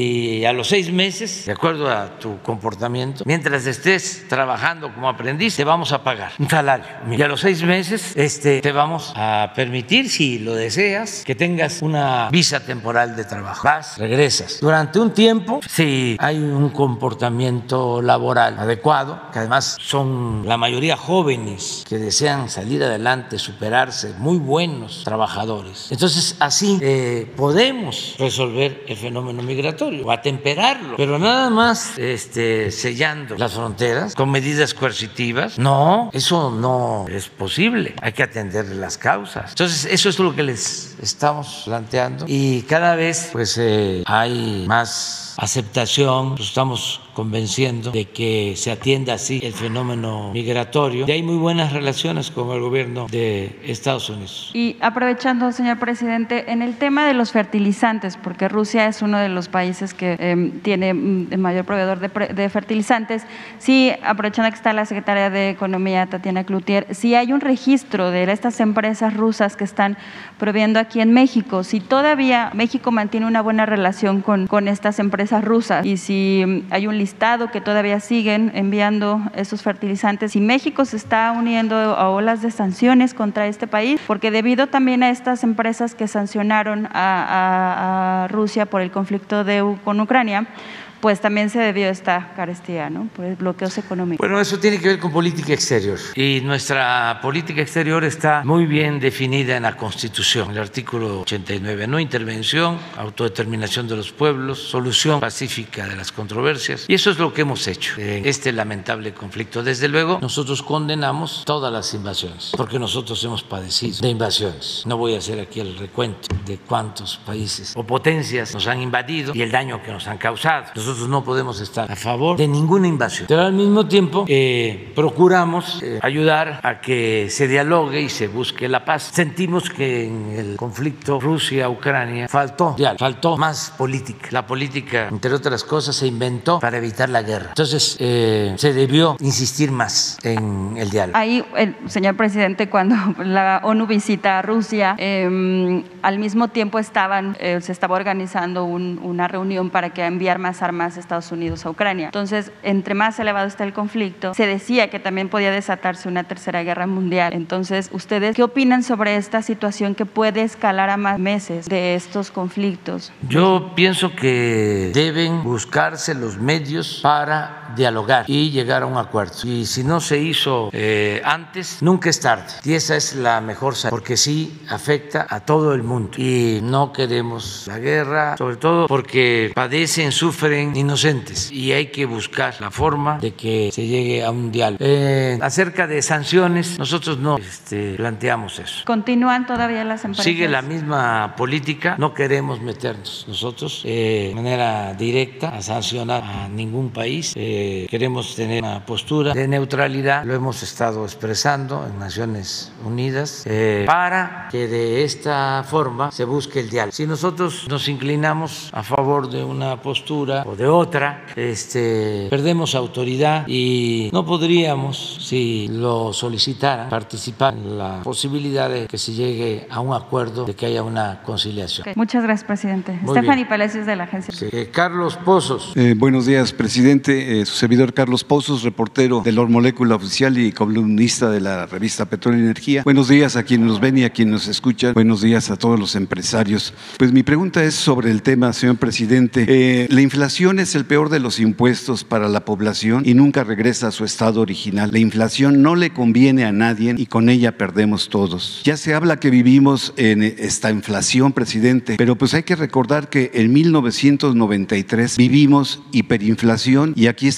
y a los seis meses, de acuerdo a tu comportamiento, mientras estés trabajando como aprendiz, te vamos a pagar un salario. Y a los seis meses este, te vamos a permitir, si lo deseas, que tengas una visa temporal de trabajo. Vas, regresas. Durante un tiempo, si hay un comportamiento laboral adecuado, que además son la mayoría jóvenes que desean salir adelante, superarse, muy buenos trabajadores. Entonces, así eh, podemos resolver el fenómeno migratorio o atemperarlo, pero nada más este, sellando las fronteras con medidas coercitivas. No, eso no es posible. Hay que atender las causas. Entonces, eso es lo que les estamos planteando, y cada vez pues eh, hay más aceptación. Nos estamos convenciendo de que se atienda así el fenómeno migratorio, y hay muy buenas relaciones con el gobierno de Estados Unidos. Y aprovechando, señor presidente, en el tema de los fertilizantes, porque Rusia es uno de los países que eh, tiene el mayor proveedor de, pre de fertilizantes, sí, aprovechando que está la secretaria de Economía, Tatiana Cloutier, sí hay un registro de estas empresas rusas que están proveyendo aquí en México, si todavía México mantiene una buena relación con, con estas empresas rusas, y si hay un listado que todavía siguen enviando esos fertilizantes, y México se está uniendo a olas de sanciones contra este país, porque debido también a estas empresas que sancionaron a, a, a Rusia por el conflicto de, con Ucrania, pues también se debió a esta carestía, ¿no?, por bloqueos económicos. Bueno, eso tiene que ver con política exterior, y nuestra política exterior está muy bien definida en la Constitución, el artículo ochenta y nueve, no intervención, autodeterminación de los pueblos, solución pacífica de las controversias, y eso es lo que hemos hecho en este lamentable conflicto. Desde luego, nosotros condenamos todas las invasiones, porque nosotros hemos padecido de invasiones. No voy a hacer aquí el recuento de cuántos países o potencias nos han invadido y el daño que nos han causado. Nosotros Nosotros no podemos estar a favor de ninguna invasión, pero al mismo tiempo eh, procuramos eh, ayudar a que se dialogue y se busque la paz. Sentimos que en el conflicto Rusia-Ucrania faltó diálogo, faltó más política. La política, entre otras cosas, se inventó para evitar la guerra. Entonces, eh, se debió insistir más en el diálogo. Ahí, el señor presidente, cuando la ONU visita a Rusia, eh, al mismo tiempo estaban, eh, se estaba organizando un, una reunión para que enviar más armas más Estados Unidos a Ucrania. Entonces, entre más elevado está el conflicto, se decía que también podía desatarse una tercera guerra mundial. Entonces, ¿ustedes qué opinan sobre esta situación que puede escalar a más meses de estos conflictos? Yo pienso que deben buscarse los medios para dialogar y llegar a un acuerdo. Y si no se hizo eh, antes, nunca es tarde. Y esa es la mejor salida, porque sí afecta a todo el mundo. Y no queremos la guerra, sobre todo porque padecen, sufren inocentes, y hay que buscar la forma de que se llegue a un diálogo. Eh, acerca de sanciones, nosotros no este, planteamos eso. ¿Continúan todavía las empresas? Sigue la misma política, no queremos meternos nosotros eh, de manera directa a sancionar a ningún país. Eh, queremos tener una postura de neutralidad, lo hemos estado expresando en Naciones Unidas, eh, para que de esta forma se busque el diálogo. Si nosotros nos inclinamos a favor de una postura o de otra, este, perdemos autoridad y no podríamos, si lo solicitaran, participar en la posibilidad de que se llegue a un acuerdo, de que haya una conciliación. Okay. Muchas gracias, presidente. Muy Stephanie Palacios, de la agencia. Sí. Eh, Carlos Pozos. Eh, buenos días, presidente. Eh, su servidor Carlos Pozos, reportero de Lor Molécula Oficial y columnista de la revista Petróleo y Energía. Buenos días a quienes nos ven y a quienes nos escuchan. Buenos días a todos los empresarios. Pues mi pregunta es sobre el tema, señor presidente. Eh, la inflación es el peor de los impuestos para la población y nunca regresa a su estado original. La inflación no le conviene a nadie y con ella perdemos todos. Ya se habla que vivimos en esta inflación, presidente, pero pues hay que recordar que en mil novecientos noventa y tres vivimos hiperinflación y aquí está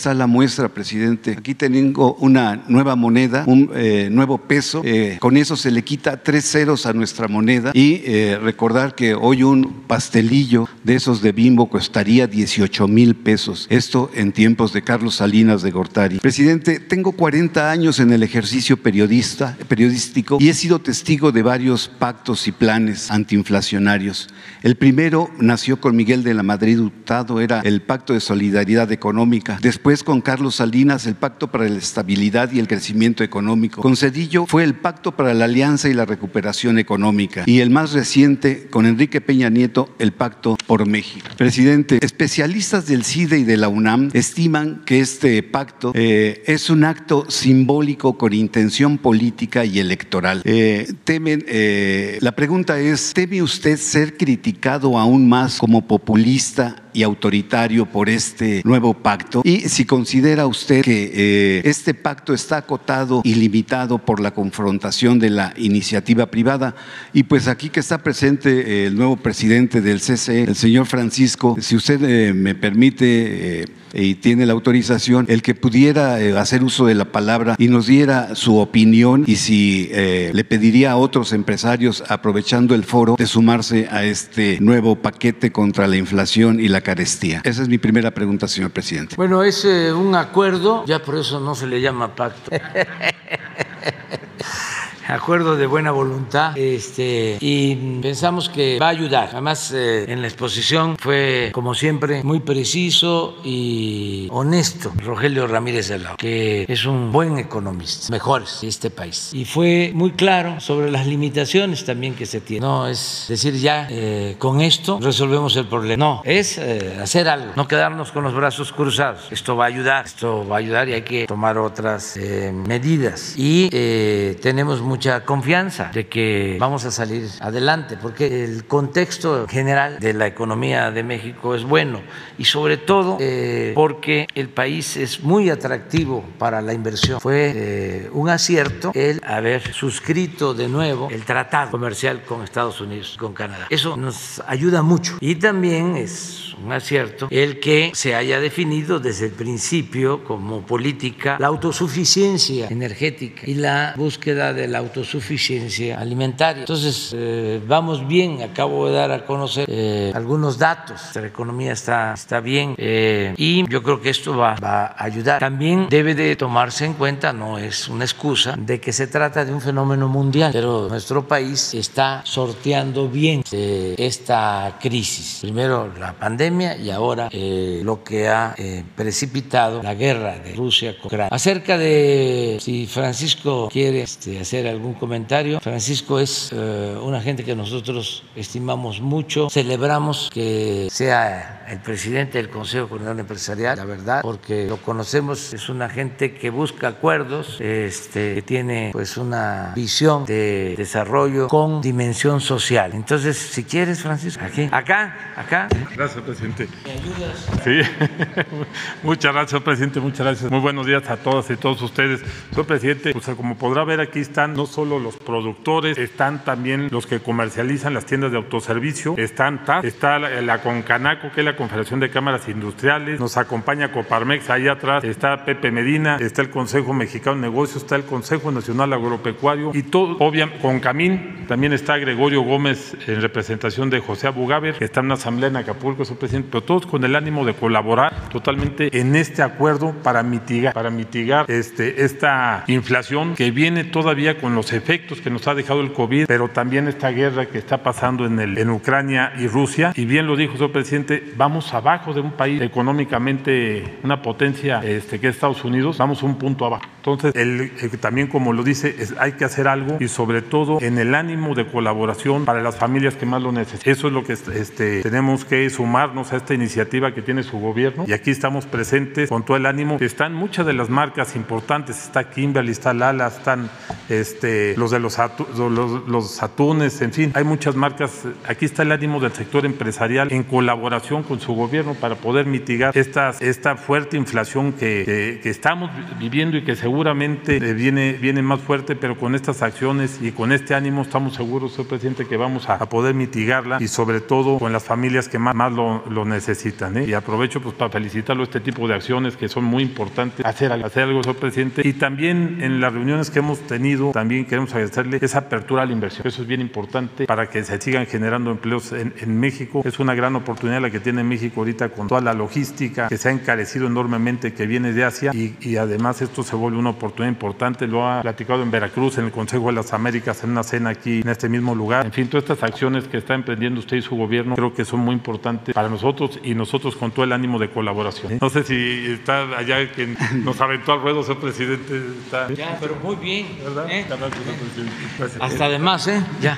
está la muestra, presidente. Aquí tengo una nueva moneda, un eh, nuevo peso. Eh, con eso se le quita tres ceros a nuestra moneda y eh, recordar que hoy un pastelillo de esos de Bimbo costaría dieciocho mil pesos. Esto en tiempos de Carlos Salinas de Gortari. Presidente, tengo cuarenta años en el ejercicio periodista, periodístico y he sido testigo de varios pactos y planes antiinflacionarios. El primero nació con Miguel de la Madrid Hurtado, era el Pacto de Solidaridad Económica. Después con Carlos Salinas, el Pacto para la Estabilidad y el Crecimiento Económico. Con Zedillo fue el Pacto para la Alianza y la Recuperación Económica. Y el más reciente, con Enrique Peña Nieto, el Pacto por México. Presidente, especialistas del CIDE y de la UNAM estiman que este pacto eh, es un acto simbólico con intención política y electoral. Eh, temen, eh, la pregunta es, ¿teme usted ser criticado aún más como populista y autoritario por este nuevo pacto? Y si considera usted que eh, este pacto está acotado y limitado por la confrontación de la iniciativa privada. Y pues aquí que está presente eh, el nuevo presidente del C C E, el señor Francisco, si usted eh, me permite eh, y tiene la autorización, el que pudiera eh, hacer uso de la palabra y nos diera su opinión y si eh, le pediría a otros empresarios, aprovechando el foro, de sumarse a este nuevo paquete contra la inflación y la carestía. Esa es mi primera pregunta, señor presidente. Bueno, es eh, un acuerdo, ya por eso no se le llama pacto. Acuerdo de buena voluntad, este, y pensamos que va a ayudar. Además, eh, en la exposición fue, como siempre, muy preciso y honesto Rogelio Ramírez de la O, que es un buen economista, mejores de este país. Y fue muy claro sobre las limitaciones también que se tienen. No es decir ya, eh, con esto resolvemos el problema. No, es eh, hacer algo, no quedarnos con los brazos cruzados. Esto va a ayudar, esto va a ayudar y hay que tomar otras eh, medidas. Y eh, tenemos mucha confianza de que vamos a salir adelante, porque el contexto general de la economía de México es bueno y sobre todo eh, porque el país es muy atractivo para la inversión. Fue eh, un acierto el haber suscrito de nuevo el tratado comercial con Estados Unidos y con Canadá. Eso nos ayuda mucho y también es un acierto el que se haya definido desde el principio como política la autosuficiencia energética y la búsqueda de la autosuficiencia alimentaria. Entonces, eh, vamos bien. Acabo de dar a conocer eh, algunos datos. Nuestra economía está, está bien eh, y yo creo que esto va, va a ayudar. También debe de tomarse en cuenta, no es una excusa, de que se trata de un fenómeno mundial, pero nuestro país está sorteando bien eh, esta crisis. Primero la pandemia y ahora eh, lo que ha eh, precipitado la guerra de Rusia con Ucrania. Acerca de si Francisco quiere este, hacer algún comentario, Francisco es eh, una gente que nosotros estimamos mucho, celebramos que sea el presidente del Consejo Coordinador Empresarial, la verdad, porque lo conocemos, es una gente que busca acuerdos, este, que tiene pues una visión de desarrollo con dimensión social. Entonces, si quieres, Francisco, aquí, acá, acá. Gracias, presidente. ¿Me ayudas? Sí, muchas gracias, presidente, muchas gracias. Muy buenos días a todas y todos ustedes. Señor presidente, pues como podrá ver, aquí están no solo los productores, están también los que comercializan las tiendas de autoservicio, están T A S, está la, la Concanaco, que es la Confederación de Cámaras Industriales, nos acompaña Coparmex ahí atrás, está Pepe Medina, está el Consejo Mexicano de Negocios, está el Consejo Nacional Agropecuario y todo, obviamente, con Camín, también está Gregorio Gómez en representación de José Abugaber, que está en una asamblea en Acapulco, señor presidente, pero todos con el ánimo de colaborar totalmente en este acuerdo para mitigar, para mitigar este, esta inflación que viene todavía con los efectos que nos ha dejado el COVID, pero también esta guerra que está pasando en, el, en Ucrania y Rusia. Y bien lo dijo, señor presidente, vamos abajo de un país económicamente, una potencia este, que es Estados Unidos, vamos un punto abajo. Entonces, el, el, también como lo dice, es, hay que hacer algo y sobre todo en el ánimo de colaboración para las familias que más lo necesitan. Eso es lo que este, tenemos que sumarnos a esta iniciativa que tiene su gobierno y aquí estamos presentes con todo el ánimo. Están muchas de las marcas importantes, está Kimberly, está Lala, están este, este, los de los, atu, los, los atunes, en fin, hay muchas marcas. Aquí está el ánimo del sector empresarial en colaboración con su gobierno para poder mitigar estas, esta fuerte inflación que, que, que estamos viviendo y que seguramente viene, viene más fuerte, pero con estas acciones y con este ánimo estamos seguros, señor presidente, que vamos a, a poder mitigarla y sobre todo con las familias que más, más lo, lo necesitan, ¿eh? Y aprovecho pues para felicitarlo este tipo de acciones que son muy importantes, hacer, hacer algo, señor presidente, y también en las reuniones que hemos tenido, también queremos agradecerle esa apertura a la inversión. Eso es bien importante para que se sigan generando empleos en, en México. Es una gran oportunidad la que tiene México ahorita con toda la logística que se ha encarecido enormemente, que viene de Asia, y, y además esto se vuelve una oportunidad importante. Lo ha platicado en Veracruz, en el Consejo de las Américas, en una cena aquí en este mismo lugar. En fin, todas estas acciones que está emprendiendo usted y su gobierno creo que son muy importantes para nosotros y nosotros con todo el ánimo de colaboración. No sé si está allá que nos aventó al ruedo, señor presidente. Está... Ya, pero muy bien, ¿verdad? ¿Eh? Gracias. Hasta además, ¿eh? Ya.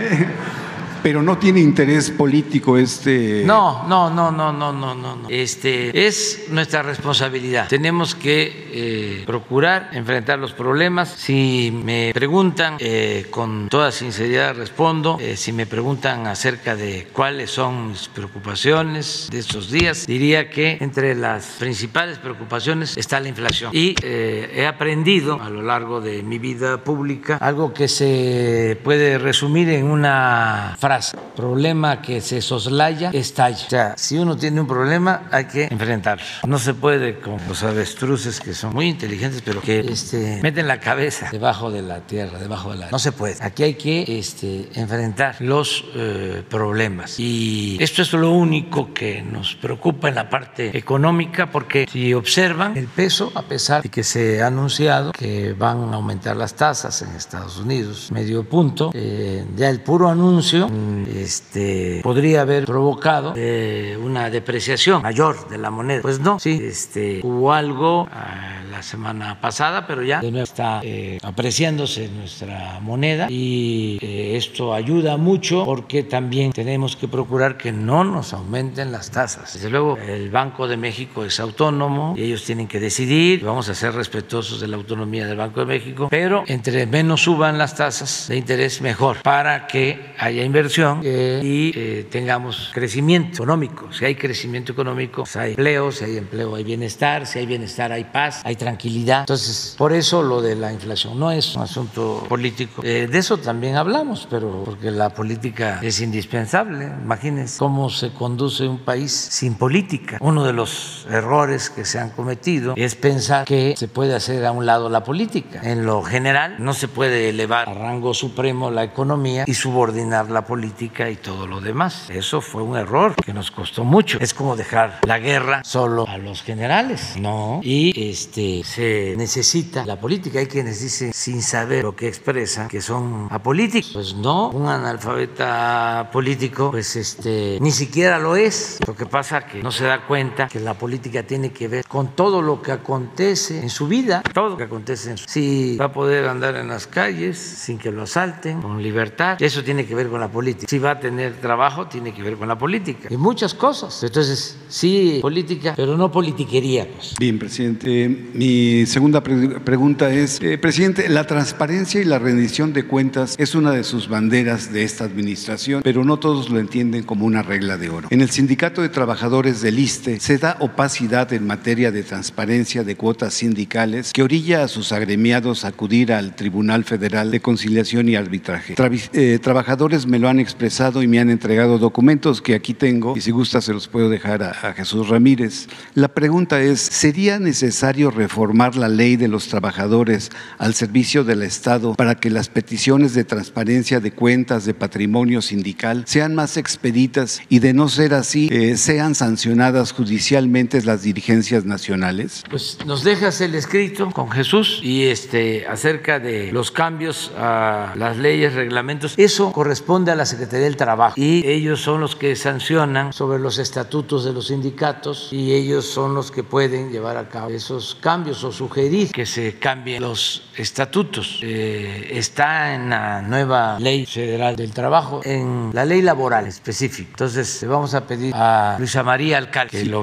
Pero no tiene interés político este. No, no, no, no, no, no, no. Este es nuestra responsabilidad. Tenemos que eh, procurar enfrentar los problemas. Si me preguntan, eh, con toda sinceridad respondo. Eh, si me preguntan acerca de cuáles son mis preocupaciones de estos días, diría que entre las principales preocupaciones está la inflación. Y eh, he aprendido a lo largo de mi vida pública algo que se puede resumir en una frase: problema que se soslaya, estalla. O sea, si uno tiene un problema, hay que enfrentarlo. No se puede con los avestruces, que son muy inteligentes, pero que este, meten la cabeza debajo de la tierra, debajo de la... No se puede. Aquí hay que este, enfrentar los eh, problemas. Y esto es lo único que nos preocupa en la parte económica, porque si observan el peso, a pesar de que se ha anunciado que van a aumentar las tasas en Estados Unidos, medio punto, eh, ya el puro anuncio Este, podría haber provocado eh, una depreciación mayor de la moneda. Pues no, sí, este, hubo algo eh, la semana pasada, pero ya de nuevo está eh, apreciándose nuestra moneda y eh, esto ayuda mucho porque también tenemos que procurar que no nos aumenten las tasas. Desde luego, el Banco de México es autónomo y ellos tienen que decidir. Vamos a ser respetuosos de la autonomía del Banco de México, pero entre menos suban las tasas de interés, mejor, para que haya inversión Eh, y eh, tengamos crecimiento económico. Si hay crecimiento económico, pues hay empleo, si hay empleo hay bienestar, si hay bienestar hay paz, hay tranquilidad. Entonces, por eso lo de la inflación no es un asunto político. Eh, de eso también hablamos, pero porque la política es indispensable. Imagínense cómo se conduce un país sin política. Uno de los errores que se han cometido es pensar que se puede hacer a un lado la política. En lo general, no se puede elevar a rango supremo la economía y subordinar la política y todo lo demás. Eso fue un error que nos costó mucho. Es como dejar la guerra solo a los generales, no. Y este se necesita la política. Hay quienes dicen, sin saber lo que expresan, que son apolíticos. Pues no, un analfabeta político pues este ni siquiera lo es. Lo que pasa es que no se da cuenta que la política tiene que ver con todo lo que acontece en su vida, todo lo que acontece en su vida. Si va a poder andar en las calles sin que lo asalten, con libertad, eso tiene que ver con la política. Si va a tener trabajo, tiene que ver con la política y muchas cosas. Entonces, sí, política, pero no politiquería, pues. Bien, presidente. Mi segunda pre pregunta es, eh, presidente, la transparencia y la rendición de cuentas es una de sus banderas de esta administración, pero no todos lo entienden como una regla de oro. En el Sindicato de Trabajadores del ISSSTE se da opacidad en materia de transparencia de cuotas sindicales que orilla a sus agremiados a acudir al Tribunal Federal de Conciliación y Arbitraje. Tra eh, trabajadores me lo han expresado y me han entregado documentos que aquí tengo y si gusta se los puedo dejar a, a Jesús Ramírez. La pregunta es, ¿sería necesario reformar la ley de los trabajadores al servicio del Estado para que las peticiones de transparencia de cuentas de patrimonio sindical sean más expeditas y, de no ser así, eh, sean sancionadas judicialmente las dirigencias nacionales? Pues nos dejas el escrito con Jesús y este acerca de los cambios a las leyes, reglamentos. Eso corresponde a la Secretaría del Trabajo y ellos son los que sancionan sobre los estatutos de los sindicatos y ellos son los que pueden llevar a cabo esos cambios o sugerir que se cambien los estatutos. Eh, está en la nueva Ley Federal del Trabajo, en la ley laboral específica. Entonces le vamos a pedir a Luisa María Alcalde que lo vea.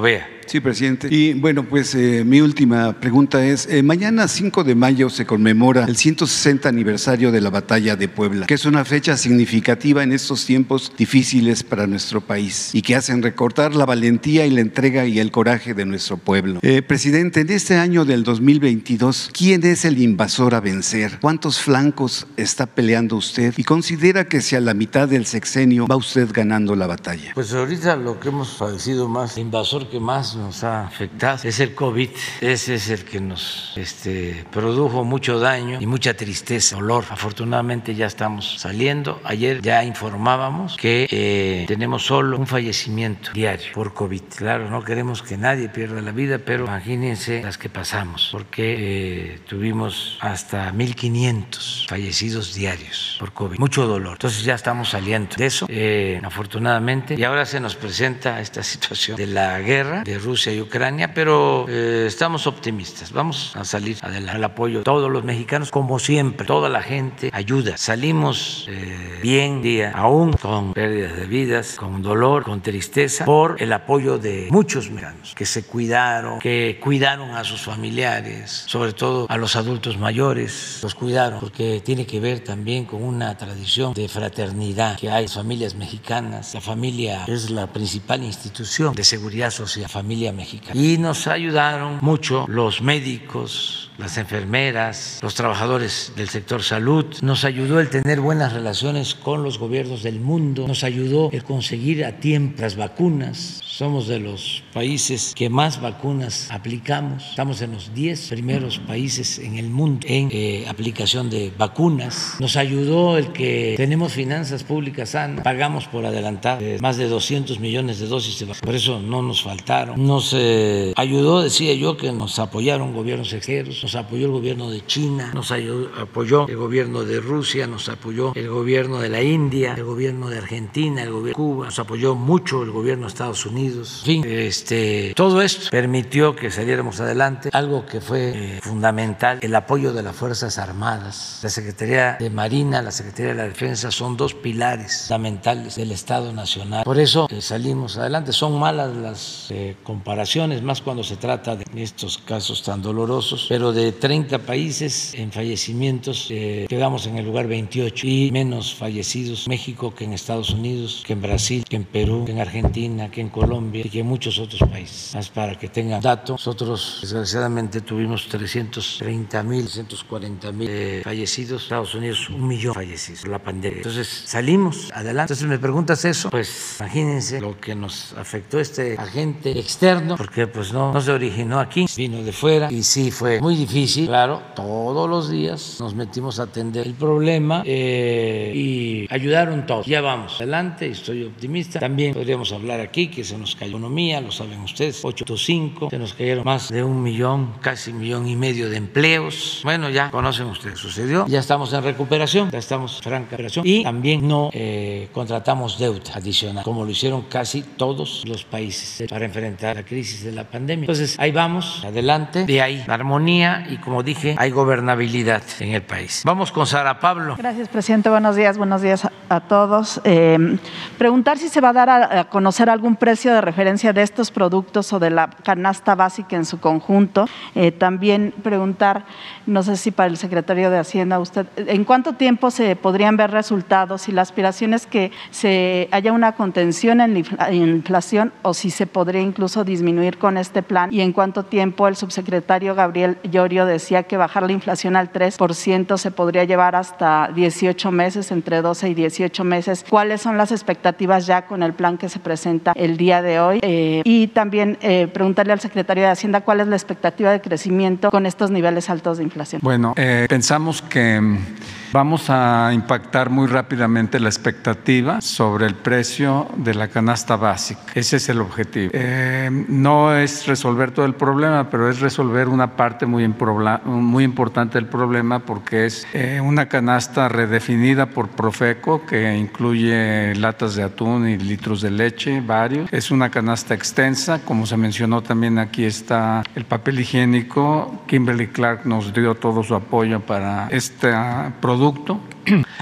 Sí, presidente. Y bueno, pues eh, mi última pregunta es, eh, mañana cinco de mayo se conmemora el ciento sesenta aniversario de la Batalla de Puebla, que es una fecha significativa en estos tiempos difíciles para nuestro país y que hacen recordar la valentía y la entrega y el coraje de nuestro pueblo. Eh, presidente, en este año del dos mil veintidós, ¿quién es el invasor a vencer? ¿Cuántos flancos está peleando usted? ¿Y considera que si a la mitad del sexenio va usted ganando la batalla? Pues ahorita lo que hemos padecido más, el invasor que más nos ha afectado es el COVID. Ese es el que nos este, produjo mucho daño y mucha tristeza, dolor. Afortunadamente ya estamos saliendo. Ayer ya informábamos que eh, tenemos solo un fallecimiento diario por COVID. Claro, no queremos que nadie pierda la vida, pero imagínense las que pasamos, porque eh, tuvimos hasta mil quinientos fallecidos diarios por COVID. Mucho dolor. Entonces ya estamos saliendo de eso, eh, afortunadamente. Y ahora se nos presenta esta situación de la guerra de Rusia y Ucrania, pero eh, estamos optimistas. Vamos a salir adelante. Al apoyo de todos los mexicanos, como siempre, toda la gente ayuda. Salimos eh, bien día, aún con pérdidas de vidas, con dolor, con tristeza, por el apoyo de muchos mexicanos que se cuidaron, que cuidaron a sus familiares, sobre todo a los adultos mayores, los cuidaron, porque tiene que ver también con una tradición de fraternidad que hay en familias mexicanas. La familia es la principal institución de seguridad social, la familia mexicana. Y nos ayudaron mucho los médicos, las enfermeras, los trabajadores del sector salud. Nos ayudó el tener buenas relaciones con los gobiernos del mundo. Nos ayudó el conseguir a tiempo las vacunas. Somos de los países que más vacunas aplicamos. Estamos en los diez primeros países en el mundo en eh, aplicación de vacunas. Nos ayudó el que tenemos finanzas públicas sanas. Pagamos por adelantar eh, más de doscientos millones de dosis de vacunas. Por eso no nos faltaron. Nos eh, ayudó, decía yo, que nos apoyaron gobiernos extranjeros. Nos apoyó el gobierno de China. Nos ayudó, apoyó el gobierno de Rusia. Nos apoyó el gobierno de la India. El gobierno de Argentina. El gobierno de Cuba. Nos apoyó mucho el gobierno de Estados Unidos. En fin, este, todo esto permitió que saliéramos adelante. Algo que fue eh, fundamental, el apoyo de las Fuerzas Armadas. La Secretaría de Marina, la Secretaría de la Defensa son dos pilares fundamentales del Estado Nacional. Por eso eh, salimos adelante. Son malas las eh, comparaciones, más cuando se trata de estos casos tan dolorosos, pero de treinta países en fallecimientos eh, quedamos en el lugar veintiocho y menos fallecidos México que en Estados Unidos, que en Brasil, que en Perú, que en Argentina, que en Colombia y que en muchos otros países. Más para que tengan datos, nosotros desgraciadamente tuvimos trescientos treinta mil, trescientos cuarenta mil eh, fallecidos, Estados Unidos un millón fallecidos por la pandemia. Entonces salimos adelante. Entonces me preguntas eso, pues imagínense lo que nos afectó este agente externo, porque pues no, no se originó aquí, vino de fuera y sí fue muy difícil. Claro, todos los días nos metimos a atender el problema eh, y ayudaron todos. Ya vamos adelante y estoy optimista. También podríamos hablar aquí que se nos cayó la economía, lo saben ustedes, ocho punto cinco, se nos cayeron más de un millón, casi un millón y medio de empleos. Bueno, ya conocen ustedes, sucedió. Ya estamos en recuperación, ya estamos en franca recuperación y también no eh, contratamos deuda adicional, como lo hicieron casi todos los países para enfrentar la crisis de la pandemia. Entonces, ahí vamos, adelante, de ahí armonía y, como dije, hay gobernabilidad en el país. Vamos con Sara Pablo. Gracias, presidente. Buenos días, buenos días a, a todos. Eh, preguntar si se va a dar a, a conocer algún precio de referencia de estos productos o de la canasta básica en su conjunto. Eh, también preguntar, no sé si para el secretario de Hacienda, usted, ¿en cuánto tiempo se podrían ver resultados? Y la aspiración es que se haya una contención en la inflación o si se podría incluso disminuir con este plan. Y en cuánto tiempo el subsecretario Gabriel Llorio decía que bajar la inflación al tres por ciento se podría llevar hasta dieciocho meses, entre doce y dieciocho meses. ¿Cuáles son las expectativas ya con el plan que se presenta el día de hoy? Eh, y también eh, preguntarle al secretario de Hacienda cuál es la expectativa de crecimiento con estos niveles altos de inflación. Bueno, eh, pensamos que vamos a impactar muy rápidamente la expectativa sobre el precio de la canasta básica. Ese es el objetivo. Eh, no es resolver todo el problema, pero es resolver una parte muy, muy importante del problema, porque es eh, una canasta redefinida por Profeco que incluye latas de atún y litros de leche, varios. Es una canasta extensa, como se mencionó también aquí está el papel higiénico. Kimberly Clark nos dio todo su apoyo para este producto.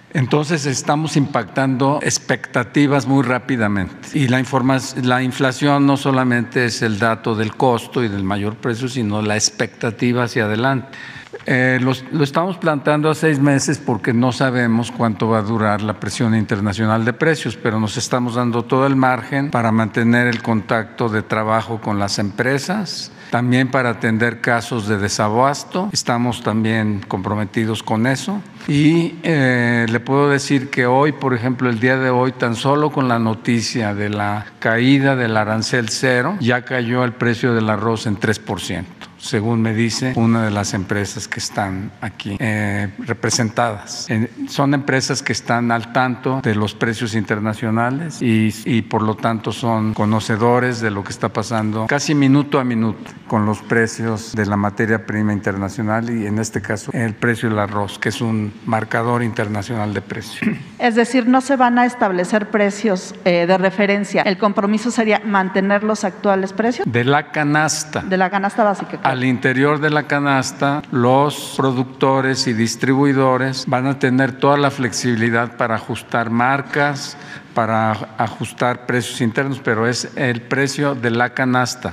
Entonces estamos impactando expectativas muy rápidamente. Y la, la inflación no solamente es el dato del costo y del mayor precio, sino la expectativa hacia adelante. Eh, los, lo estamos planteando a seis meses porque no sabemos cuánto va a durar la presión internacional de precios, pero nos estamos dando todo el margen para mantener el contacto de trabajo con las empresas, también para atender casos de desabasto. Estamos también comprometidos con eso. Y eh, le puedo decir que hoy, por ejemplo, el día de hoy, tan solo con la noticia de la caída del arancel cero, ya cayó el precio del arroz en tres por ciento. Según me dice una de las empresas que están aquí eh, representadas. Eh, son empresas que están al tanto de los precios internacionales y, y por lo tanto son conocedores de lo que está pasando casi minuto a minuto con los precios de la materia prima internacional y en este caso el precio del arroz, que es un marcador internacional de precio. Es decir, no se van a establecer precios eh, de referencia. El compromiso sería mantener los actuales precios. De la canasta. De la canasta básica. Al interior de la canasta, los productores y distribuidores van a tener toda la flexibilidad para ajustar marcas, para ajustar precios internos, pero es el precio de la canasta.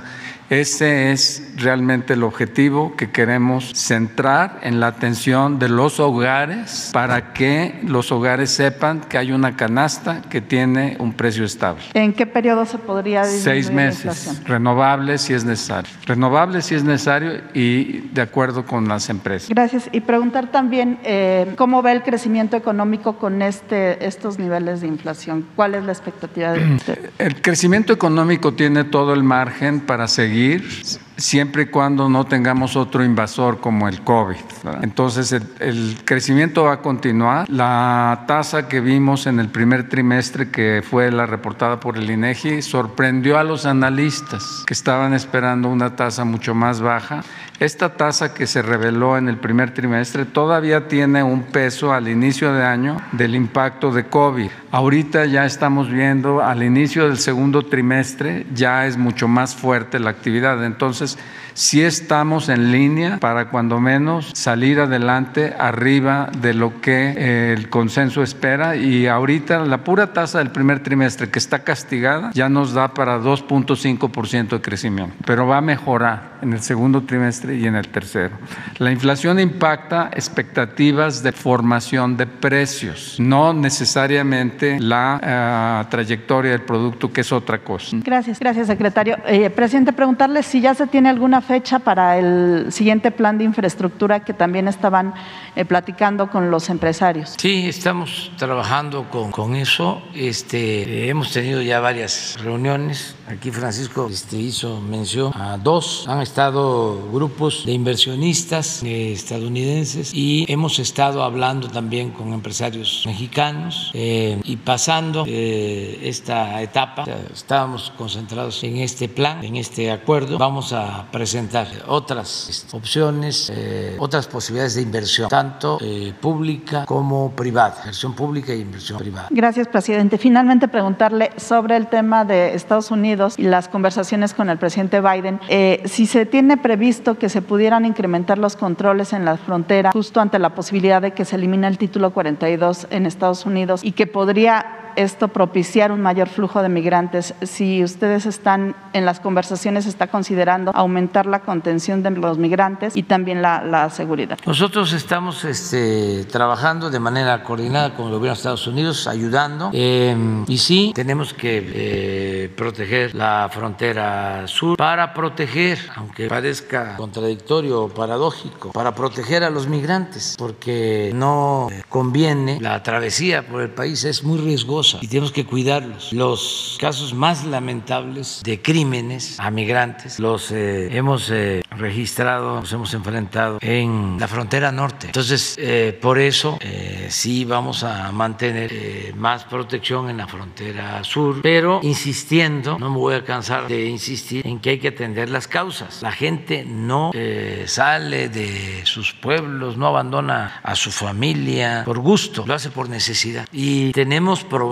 Ese es realmente el objetivo que queremos centrar en la atención de los hogares para que los hogares sepan que hay una canasta que tiene un precio estable. ¿En qué periodo se podría disminuir Seis meses, la inflación? Renovables si es necesario. Renovables si es necesario y de acuerdo con las empresas. Gracias. Y preguntar también eh, cómo ve el crecimiento económico con este, estos niveles de inflación. ¿Cuál es la expectativa de usted? El crecimiento económico tiene todo el margen para seguir siempre y cuando no tengamos otro invasor como el COVID, ¿verdad? Entonces el, el crecimiento va a continuar. La tasa que vimos en el primer trimestre, que fue la reportada por el INEGI, sorprendió a los analistas que estaban esperando una tasa mucho más baja. Esta tasa que se reveló en el primer trimestre todavía tiene un peso al inicio de año del impacto de COVID. Ahorita ya estamos viendo al inicio del segundo trimestre ya es mucho más fuerte la actividad. Entonces, sí estamos en línea para cuando menos salir adelante arriba de lo que el consenso espera y ahorita la pura tasa del primer trimestre que está castigada ya nos da para dos punto cinco por ciento de crecimiento, pero va a mejorar en el segundo trimestre y en el tercero. La inflación impacta expectativas de formación de precios, no necesariamente la uh, trayectoria del producto, que es otra cosa. Gracias, gracias, secretario. Eh, presidente, preguntarle si ya se tiene alguna fecha para el siguiente plan de infraestructura que también estaban eh, platicando con los empresarios. Sí, estamos trabajando con, con eso. Este, eh, hemos tenido ya varias reuniones. Aquí Francisco este, hizo mención a dos. Han estado grupos de inversionistas eh, estadounidenses y hemos estado hablando también con empresarios mexicanos eh, y pasando eh, esta etapa. O sea, estábamos concentrados en este plan, en este acuerdo. Vamos a presentar otras opciones, eh, otras posibilidades de inversión, tanto eh, pública como privada, inversión pública e inversión privada. Gracias, presidente. Finalmente, preguntarle sobre el tema de Estados Unidos y las conversaciones con el presidente Biden. Eh, si se tiene previsto que se pudieran incrementar los controles en la frontera justo ante la posibilidad de que se elimine el título cuarenta y dos en Estados Unidos y que podría esto propiciar un mayor flujo de migrantes, si ustedes están en las conversaciones, está considerando aumentar la contención de los migrantes y también la, la seguridad. Nosotros estamos este, trabajando de manera coordinada con el gobierno de Estados Unidos, ayudando eh, y sí, tenemos que eh, proteger la frontera sur para proteger, aunque parezca contradictorio o paradójico, para proteger a los migrantes, porque no conviene la travesía por el país, es muy riesgosa y tenemos que cuidarlos. Los casos más lamentables de crímenes a migrantes los eh, hemos eh, registrado, nos hemos enfrentado en la frontera norte. Entonces, eh, por eso eh, sí vamos a mantener eh, más protección en la frontera sur, pero insistiendo, no me voy a cansar de insistir en que hay que atender las causas. La gente no eh, sale de sus pueblos, no abandona a su familia por gusto, lo hace por necesidad. Y tenemos probado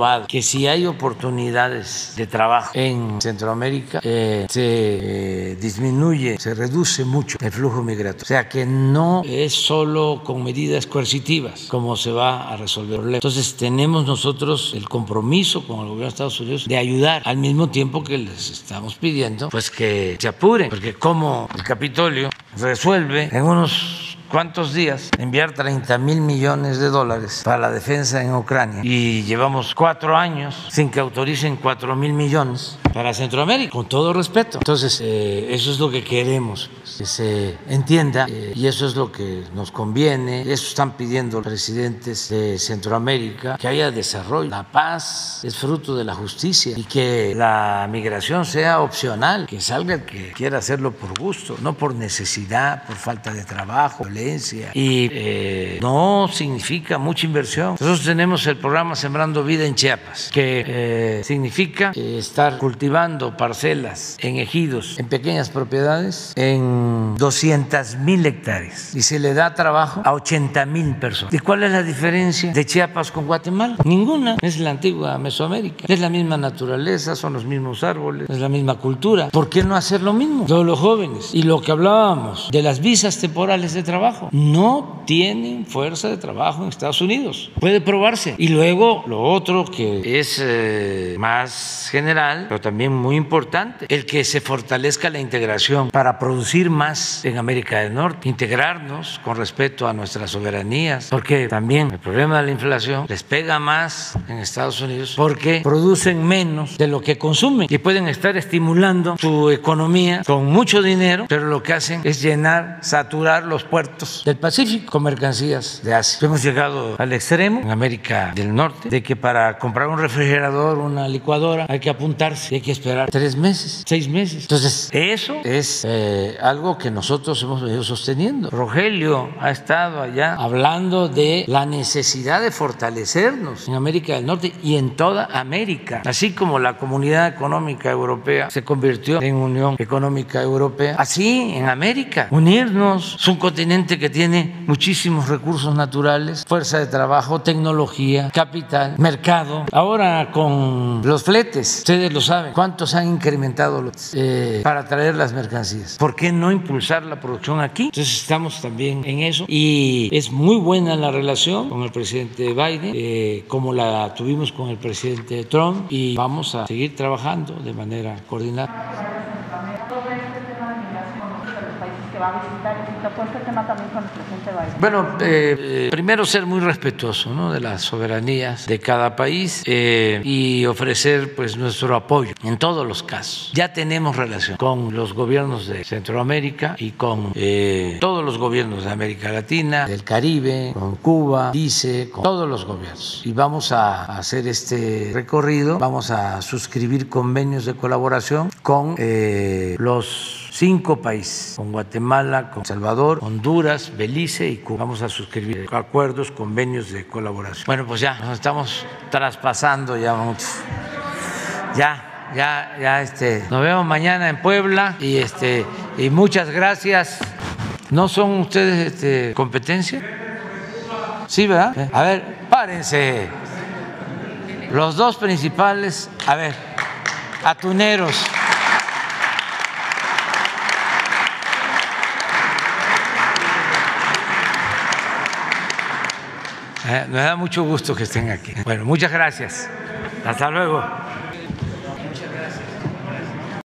comprobado que si hay oportunidades de trabajo en Centroamérica, eh, se eh, disminuye, se reduce mucho el flujo migratorio. O sea que no es solo con medidas coercitivas como se va a resolver el problema. Entonces tenemos nosotros el compromiso con el gobierno de Estados Unidos de ayudar, al mismo tiempo que les estamos pidiendo pues que se apuren, porque como el Capitolio resuelve en unos cuántos días enviar treinta mil millones de dólares para la defensa en Ucrania y llevamos cuatro años sin que autoricen cuatro mil millones para Centroamérica, con todo respeto. Entonces, eh, eso es lo que queremos, que se entienda eh, y eso es lo que nos conviene. Eso están pidiendo los presidentes de Centroamérica, que haya desarrollo. La paz es fruto de la justicia y que la migración sea opcional, que salga el que quiera hacerlo por gusto, no por necesidad, por falta de trabajo, violencia. Y eh, no significa mucha inversión. Nosotros tenemos el programa Sembrando Vida en Chiapas, que eh, significa eh, estar cultivando parcelas en ejidos, en pequeñas propiedades, en doscientas mil hectáreas. Y se le da trabajo a ochenta mil personas. ¿Y cuál es la diferencia de Chiapas con Guatemala? Ninguna. Es la antigua Mesoamérica. Es la misma naturaleza, son los mismos árboles, es la misma cultura. ¿Por qué no hacer lo mismo? Todos los jóvenes. Y lo que hablábamos de las visas temporales de trabajo. No tienen fuerza de trabajo en Estados Unidos. Puede probarse. Y luego lo otro que es eh, más general, pero también muy importante, el que se fortalezca la integración para producir más en América del Norte, integrarnos con respeto a nuestras soberanías, porque también el problema de la inflación les pega más en Estados Unidos porque producen menos de lo que consumen y pueden estar estimulando su economía con mucho dinero, pero lo que hacen es llenar, saturar los puertos del Pacífico con mercancías de Asia. Hemos llegado al extremo en América del Norte de que para comprar un refrigerador, una licuadora, hay que apuntarse y hay que esperar tres meses, seis meses. Entonces, eso es eh, algo que nosotros hemos venido sosteniendo. Rogelio ha estado allá hablando de la necesidad de fortalecernos en América del Norte y en toda América, así como la Comunidad Económica Europea se convirtió en Unión Económica Europea, así en América, unirnos. Es un continente que tiene muchísimos recursos naturales, fuerza de trabajo, tecnología, capital, mercado. Ahora con los fletes, ustedes lo saben, ¿cuántos han incrementado los, eh, para traer las mercancías? ¿Por qué no impulsar la producción aquí? Entonces estamos también en eso y es muy buena la relación con el presidente Biden, eh, como la tuvimos con el presidente Trump, y vamos a seguir trabajando de manera coordinada. Bueno, eh, primero ser muy respetuoso, ¿no?, de las soberanías de cada país eh, y ofrecer pues nuestro apoyo en todos los casos. Ya tenemos relación con los gobiernos de Centroamérica y con eh, todos los gobiernos de América Latina, del Caribe, con Cuba, dice, con todos los gobiernos. Y vamos a hacer este recorrido, vamos a suscribir convenios de colaboración con eh, los cinco países, con Guatemala, con El Salvador, Honduras, Belice y Cuba. Vamos a suscribir acuerdos, convenios de colaboración. Bueno, pues ya nos estamos traspasando ya mucho. Ya, ya, ya, este, nos vemos mañana en Puebla y este, y muchas gracias. ¿No son ustedes este, competencia? Sí, ¿verdad? A ver, párense. Los dos principales, a ver, atuneros. Eh, me da mucho gusto que estén aquí. Bueno, muchas gracias. Hasta luego.